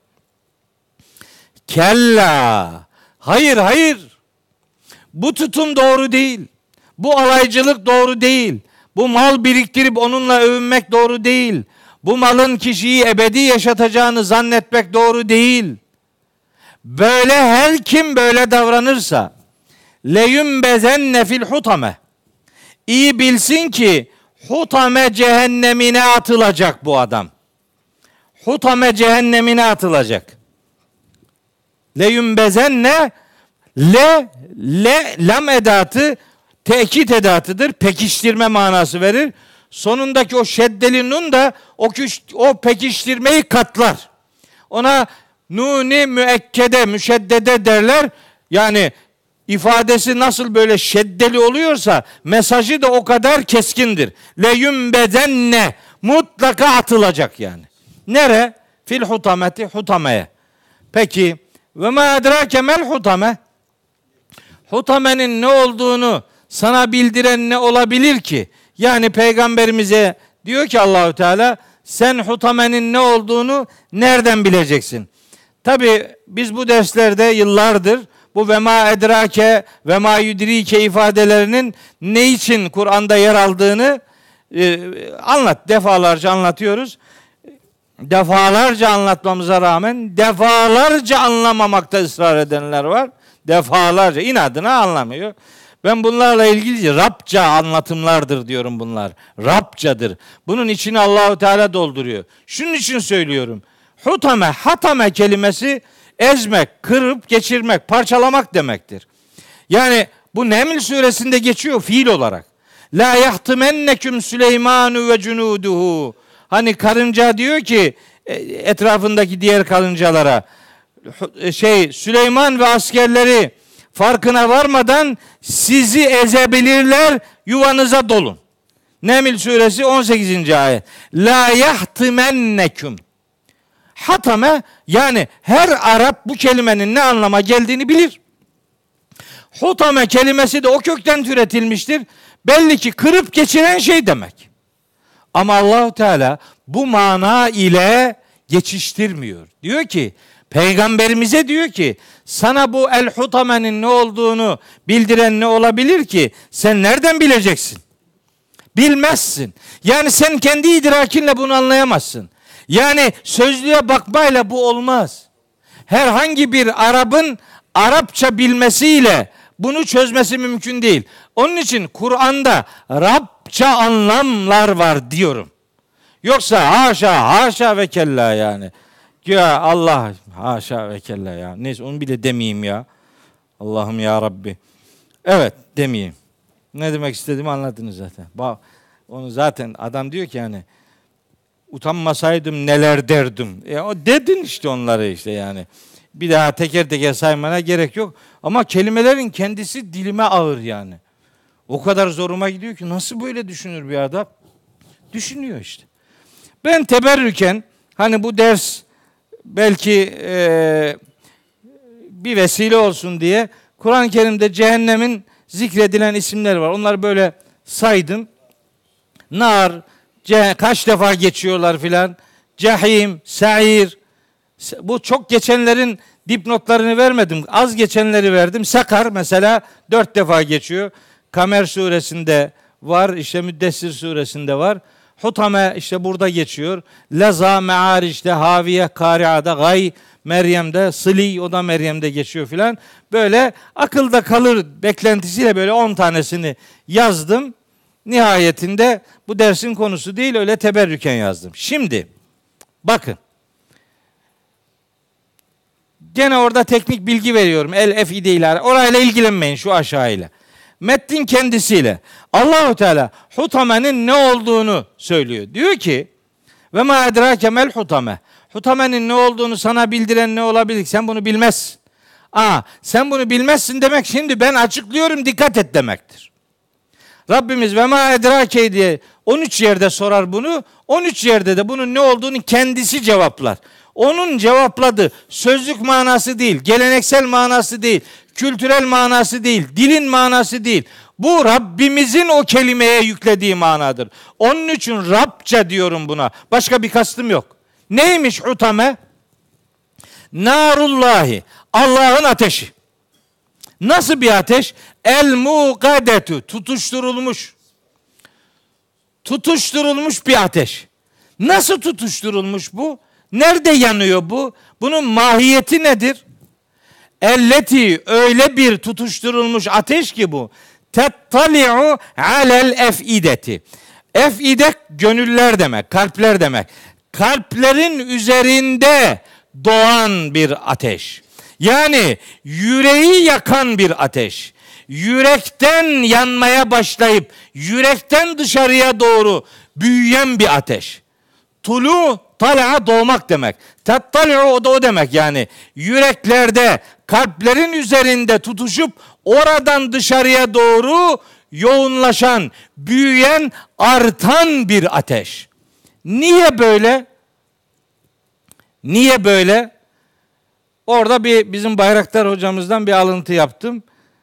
Speaker 1: Kella, hayır hayır, bu tutum doğru değil. Bu alaycılık doğru değil. Bu mal biriktirip onunla övünmek doğru değil. Bu malın kişiyi ebedi yaşatacağını zannetmek doğru değil. Böyle her kim böyle davranırsa leyumbezenne fil hutame. İyi bilsin ki hutame cehennemine atılacak bu adam. Hutame cehennemine atılacak. Leyumbezenne le le lam edatı tekit edatıdır. Pekiştirme manası verir. Sonundaki o şeddeli nun da o, küş, o pekiştirmeyi katlar. Ona nuni müekkede, müşeddede derler. Yani ifadesi nasıl böyle şeddeli oluyorsa mesajı da o kadar keskindir. Leyumbezenne, mutlaka atılacak yani. Nere? Fil hutameti, hutameye. Peki ve ma edrake mel hutame? Hutamenin ne olduğunu sana bildiren ne olabilir ki? Yani peygamberimize diyor ki Allahü Teala sen hutamenin ne olduğunu nereden bileceksin? Tabi biz bu derslerde yıllardır bu ve ma edrake ve ma yudrike ifadelerinin ne için Kur'an'da yer aldığını e, anlat defalarca anlatıyoruz. Defalarca anlatmamıza rağmen defalarca anlamamakta ısrar edenler var. Defalarca inadına anlamıyor. Ben bunlarla ilgili Rabça anlatımlardır diyorum bunlar. Rabçadır. Bunun içini Allahu Teala dolduruyor. Şunun için söylüyorum. Hutame, hatame kelimesi ezmek, kırıp geçirmek, parçalamak demektir. Yani bu Neml suresinde geçiyor fiil olarak. La yahtimenneküm Süleymanu ve cunuduhu. Hani karınca diyor ki etrafındaki diğer karıncalara şey Süleyman ve askerleri farkına varmadan sizi ezebilirler, yuvanıza dolun. Neml suresi on sekizinci ayet. La yahtimenneküm. Hatame yani her Arap bu kelimenin ne anlama geldiğini bilir. Hutame kelimesi de o kökten türetilmiştir. Belli ki kırıp geçiren şey demek. Ama Allah Teala bu mana ile geçiştirmiyor. Diyor ki peygamberimize diyor ki sana bu el hutamenin ne olduğunu bildiren ne olabilir ki sen nereden bileceksin? Bilmezsin. Yani sen kendi idrakinle bunu anlayamazsın. Yani sözlüğe bakmayla bu olmaz. Herhangi bir Arap'ın Arapça bilmesiyle bunu çözmesi mümkün değil. Onun için Kur'an'da Rabça anlamlar var diyorum. Yoksa haşa haşa ve kella yani. Ya Allah haşa ve kella ya. Neyse onu bile demeyeyim ya. Allah'ım ya Rabbi. Evet demeyeyim. Ne demek istediğimi anladınız zaten. Bak onu zaten adam diyor ki yani utanmasaydım neler derdim. E o dedin işte onları işte yani. Bir daha teker teker saymana gerek yok. Ama kelimelerin kendisi dilime ağır yani. O kadar zoruma gidiyor ki nasıl böyle düşünür bir adam? Düşünüyor işte. Ben teberrüken hani bu ders belki e, bir vesile olsun diye Kur'an-ı Kerim'de cehennemin zikredilen isimleri var. Onları böyle saydım. Nar, ce- kaç defa geçiyorlar filan. Cehim, Sa'ir. Bu çok geçenlerin dipnotlarını vermedim. Az geçenleri verdim. Sakar mesela dört defa geçiyor. Kamer suresinde var. İşte Müddessir suresinde var. Hutame işte burada geçiyor. Leza, Me'aric'te, Haviye, Kari'a'da, Gay, Meryem'de, Sıli, o da Meryem'de geçiyor filan. Böyle akılda kalır beklentisiyle böyle on tanesini yazdım. Nihayetinde bu dersin konusu değil, öyle teberrüken yazdım. Şimdi bakın. Gene orada teknik bilgi veriyorum. El efide ile. Orayla ilgilenmeyin, şu aşağıyla. Metnin kendisiyle. Allahu Teala hutamenin ne olduğunu söylüyor. Diyor ki ve ma edrake mel hutame. Hutamenin ne olduğunu sana bildiren ne olabilir? Sen bunu bilmezsin. Aa, sen bunu bilmezsin demek şimdi ben açıklıyorum, dikkat et demektir. Rabbimiz ve ma edrake diye on üç yerde sorar bunu. on üç yerde de bunun ne olduğunu kendisi cevaplar. Onun cevapladığı sözlük manası değil, geleneksel manası değil, kültürel manası değil, dilin manası değil. Bu Rabbimizin o kelimeye yüklediği manadır. Onun için Rabça diyorum buna. Başka bir kastım yok. Neymiş hutame? Narullahi. Allah'ın ateşi. Nasıl bir ateş? El muqadetu. Tutuşturulmuş. Tutuşturulmuş bir ateş. Nasıl tutuşturulmuş bu? Nerede yanıyor bu? Bunun mahiyeti nedir? Elleti, öyle bir tutuşturulmuş ateş ki bu. Tettali'u alel efideti. Efide gönüller demek, kalpler demek. Kalplerin üzerinde doğan bir ateş. Yani yüreği yakan bir ateş. Yürekten yanmaya başlayıp yürekten dışarıya doğru büyüyen bir ateş. Tulu, tala'a doğmak demek. Tettali'u o da o demek yani. Yüreklerde, kalplerin üzerinde tutuşup oradan dışarıya doğru yoğunlaşan, büyüyen, artan bir ateş. Niye böyle? Niye böyle? Orada bir bizim Bayraktar hocamızdan bir alıntı yaptım.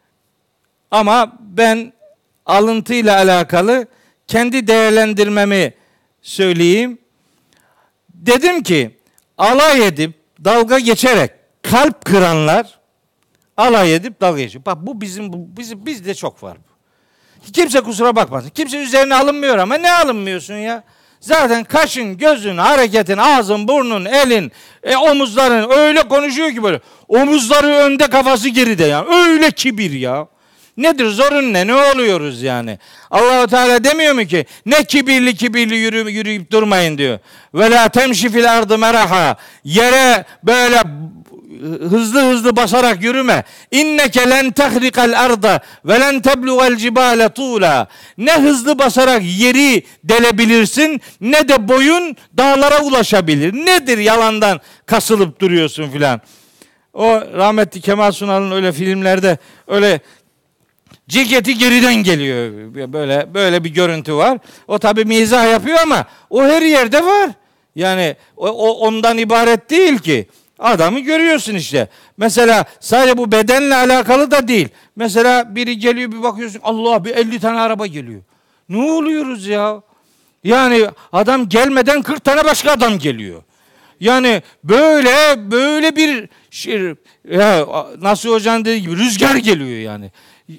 Speaker 1: Ama ben alıntıyla alakalı kendi değerlendirmemi söyleyeyim. Dedim ki alay edip dalga geçerek kalp kıranlar alay edip dalga geçiyor. Bak bu bizim bu, bizim bizde çok var bu. Kimse kusura bakmasın. Kimse üzerine alınmıyor ama ne alınmıyorsun ya? Zaten kaşın, gözün, hareketin, ağzın, burnun, elin, e, omuzların öyle konuşuyor ki böyle. Omuzları önde, kafası geride ya. Öyle kibir ya. Nedir zorun ne? Ne oluyoruz yani? Allah-u Teala demiyor mu ki ne kibirli kibirli yürü, yürüyüp durmayın diyor. Ve la temşi fil ardı meraha. Yere böyle hızlı hızlı basarak yürüme. İnneke len tehrikal arda ve len tebluğel cibale tuğla. Ne hızlı basarak yeri delebilirsin ne de boyun dağlara ulaşabilir. Nedir yalandan kasılıp duruyorsun filan. O rahmetli Kemal Sunal'ın öyle filmlerde öyle ceketi geriden geliyor. Böyle böyle bir görüntü var. O tabii mizah yapıyor ama o her yerde var. Yani o, o ondan ibaret değil ki. Adamı görüyorsun işte. Mesela sadece bu bedenle alakalı da değil. Mesela biri geliyor bir bakıyorsun Allah bir elli tane araba geliyor. Ne oluyoruz ya? Yani adam gelmeden kırk tane başka adam geliyor. Yani böyle böyle bir şey, ya Nasuh Hoca'nın dediği gibi rüzgar geliyor yani.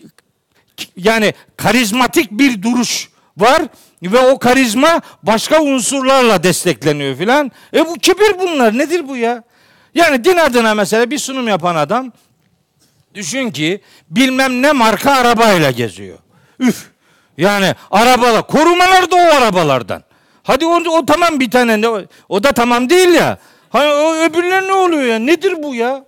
Speaker 1: Yani karizmatik bir duruş var ve o karizma başka unsurlarla destekleniyor filan. E bu kibir bunlar. Nedir bu ya? Yani din adına mesela bir sunum yapan adam düşün ki bilmem ne marka arabayla geziyor. Üf. Yani arabalar, korumalar da o arabalardan. Hadi o, o tamam bir tane, o, o da tamam değil ya. Hani o öbürler ne oluyor ya? Nedir bu ya?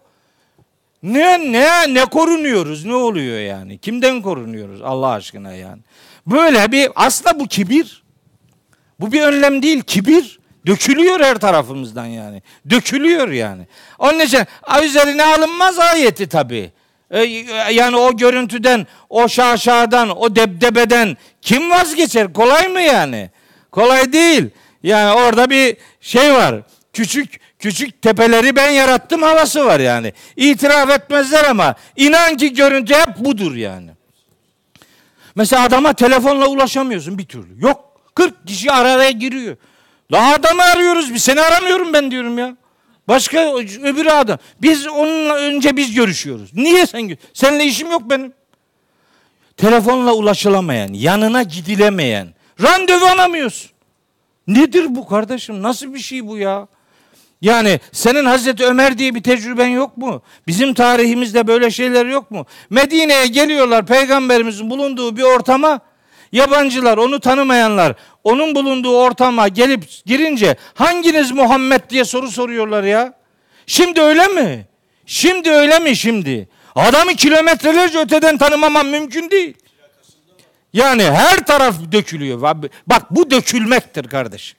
Speaker 1: Ne ne ne korunuyoruz? Ne oluyor yani? Kimden korunuyoruz Allah aşkına yani? Böyle bir aslında bu kibir. Bu bir önlem değil, kibir. Dökülüyor her tarafımızdan yani. Dökülüyor yani. Onun için üzerine alınmaz ayeti tabii. Yani o görüntüden, o şaşadan, o debdebeden kim vazgeçer? Kolay mı yani? Kolay değil. Yani orada bir şey var. Küçük küçük tepeleri ben yarattım havası var yani. İtiraf etmezler ama inan ki görüntü hep budur yani. Mesela adama telefonla ulaşamıyorsun bir türlü. Yok. kırk kişi araya giriyor. La adamı arıyoruz biz. Seni aramıyorum ben diyorum ya. Başka öbür adam. Biz onunla önce biz görüşüyoruz. Niye sen? Seninle işim yok benim. Telefonla ulaşılamayan, yanına gidilemeyen, randevu alamıyorsun. Nedir bu kardeşim? Nasıl bir şey bu ya? Yani senin Hazreti Ömer diye bir tecrüben yok mu? Bizim tarihimizde böyle şeyler yok mu? Medine'ye geliyorlar peygamberimizin bulunduğu bir ortama. Yabancılar, onu tanımayanlar, onun bulunduğu ortama gelip girince hanginiz Muhammed diye soru soruyorlar ya. Şimdi öyle mi? Şimdi öyle mi şimdi? Adamı kilometrelerce öteden tanımamam mümkün değil. Yani her taraf dökülüyor. Bak bu dökülmektir kardeşim.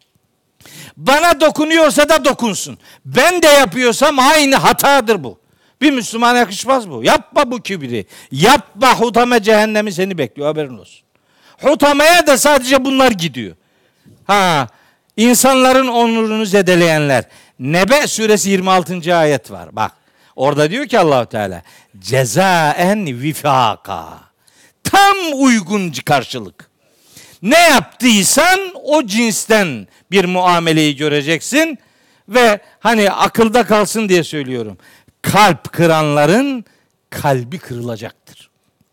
Speaker 1: Bana dokunuyorsa da dokunsun. Ben de yapıyorsam aynı hatadır bu. Bir Müslümana yakışmaz bu. Yapma bu kibri. Yapma, hutame cehennemi seni bekliyor, haberin olsun. Hutamaya da sadece bunlar gidiyor. Ha, insanların onurunu zedeleyenler. Nebe suresi yirmi altıncı ayet var. Bak. Orada diyor ki Allah Teala cezaen vifaka. Tam uygun karşılık. Ne yaptıysan o cinsten bir muameleyi göreceksin ve hani akılda kalsın diye söylüyorum. Kalp kıranların kalbi kırılacaktır.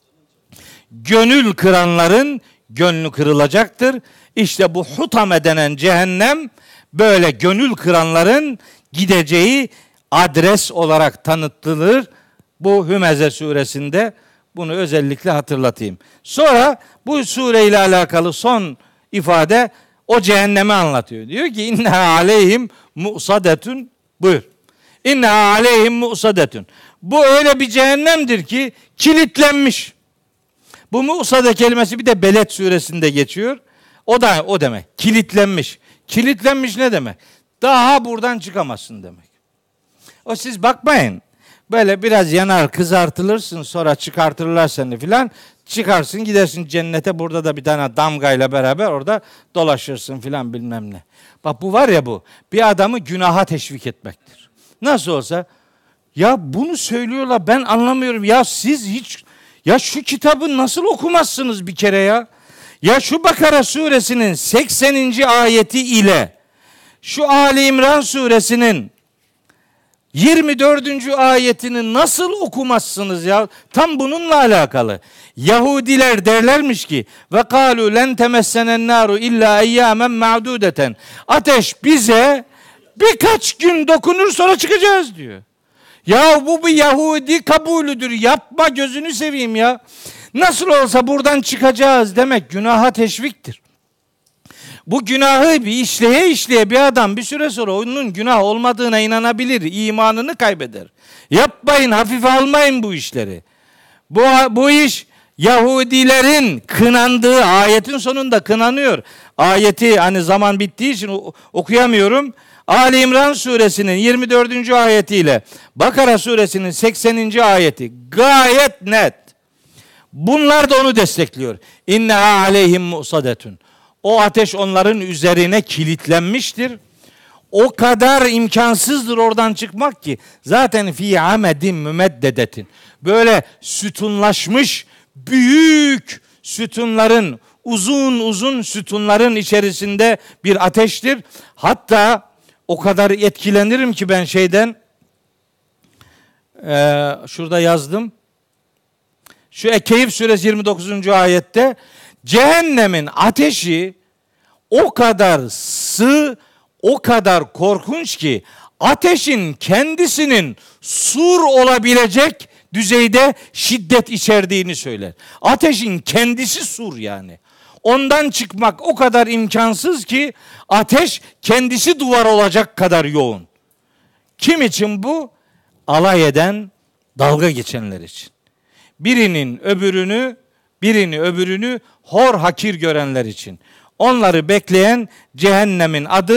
Speaker 1: Gönül kıranların gönlü kırılacaktır. İşte bu hutame denen cehennem böyle gönül kıranların gideceği adres olarak tanıtılır. Bu Hümeze suresinde bunu özellikle hatırlatayım. Sonra bu sureyle alakalı son ifade o cehennemi anlatıyor. Diyor ki inna aleyhim mu'sadetun. Buyur. İnna aleyhim mu'sadetun. Bu öyle bir cehennemdir ki kilitlenmiş. Bu mu'sade kelimesi bir de Beled suresinde geçiyor. O da o demek. Kilitlenmiş. Kilitlenmiş ne demek? Daha buradan çıkamazsın demek. O siz bakmayın. Böyle biraz yanar, kızartılırsın, sonra çıkartırlar seni filan. Çıkarsın gidersin cennete, burada da bir tane damgayla beraber orada dolaşırsın filan bilmem ne. Bak bu var ya, bu bir adamı günaha teşvik etmektir. Nasıl olsa ya bunu söylüyorlar, ben anlamıyorum. Ya siz hiç, ya şu kitabı nasıl okumazsınız bir kere ya? Ya şu Bakara suresinin sekseninci ayeti ile şu Ali İmran suresinin yirmi dördüncü ayetini nasıl okumazsınız ya? Tam bununla alakalı. Yahudiler derlermiş ki ve kalu len temessenen naru illa eyyamen ma'dudeten. Ateş bize birkaç gün dokunur sonra çıkacağız diyor. Ya bu bir Yahudi kabulüdür. Yapma, gözünü seveyim ya. Nasıl olsa buradan çıkacağız demek günaha teşviktir. Bu günahı bir işleye işleye bir adam bir süre sonra onun günah olmadığına inanabilir, imanını kaybeder. Yapmayın, hafife almayın bu işleri. Bu, bu iş Yahudilerin kınandığı, ayetin sonunda kınanıyor. Ayeti hani zaman bittiği için okuyamıyorum. Ali İmran suresinin yirmi dördüncü ayetiyle Bakara suresinin sekseninci ayeti gayet net. Bunlar da onu destekliyor. İnneha aleyhim mu'sadetun. O ateş onların üzerine kilitlenmiştir. O kadar imkansızdır oradan çıkmak ki. Zaten fi amedin mümeddedetin. Böyle sütunlaşmış büyük sütunların, uzun uzun sütunların içerisinde bir ateştir. Hatta o kadar etkilenirim ki ben şeyden, e, şurada yazdım. Şu Kehf suresi yirmi dokuzuncu ayette cehennemin ateşi o kadar sığ, o kadar korkunç ki ateşin kendisinin sur olabilecek düzeyde şiddet içerdiğini söyler. Ateşin kendisi sur yani. Ondan çıkmak o kadar imkansız ki ateş kendisi duvar olacak kadar yoğun. Kim için bu? Alay eden, dalga geçenler için. Birinin öbürünü, birini öbürünü hor hakir görenler için. Onları bekleyen cehennemin adı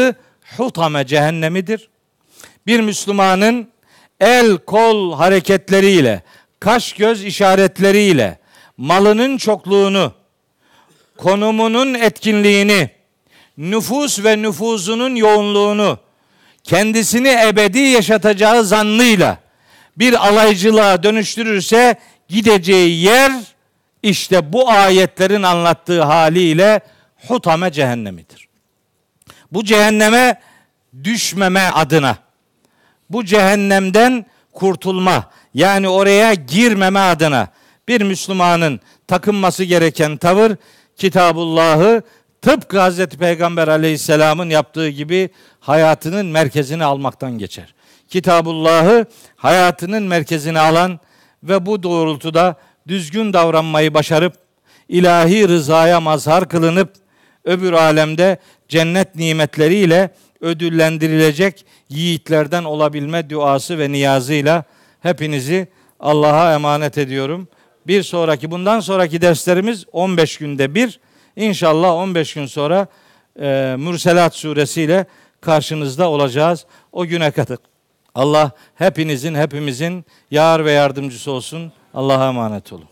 Speaker 1: hutame cehennemidir. Bir Müslümanın el kol hareketleriyle, kaş göz işaretleriyle malının çokluğunu, konumunun etkinliğini, nüfus ve nüfuzunun yoğunluğunu kendisini ebedi yaşatacağı zannıyla bir alaycılığa dönüştürürse gideceği yer işte bu ayetlerin anlattığı haliyle hutame cehennemidir. Bu cehenneme düşmeme adına, bu cehennemden kurtulma, yani oraya girmeme adına bir Müslümanın takınması gereken tavır, Kitabullah'ı tıpkı Hazreti Peygamber Aleyhisselam'ın yaptığı gibi hayatının merkezine almaktan geçer. Kitabullah'ı hayatının merkezine alan ve bu doğrultuda düzgün davranmayı başarıp ilahi rızaya mazhar kılınıp öbür alemde cennet nimetleriyle ödüllendirilecek yiğitlerden olabilme duası ve niyazıyla hepinizi Allah'a emanet ediyorum. Bir sonraki, bundan sonraki derslerimiz on beş günde bir. İnşallah on beş gün sonra e, Mürselat suresiyle karşınızda olacağız. O güne kadar Allah hepinizin, hepimizin yar ve yardımcısı olsun. Allah'a emanet olun.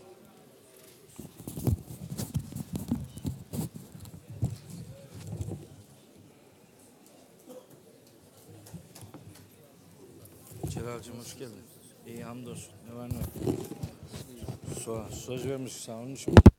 Speaker 1: Celal'cim hoş geldin. İyi, hamdolsun. Ne var ne yok? Söz vermiş, sağ olmuş.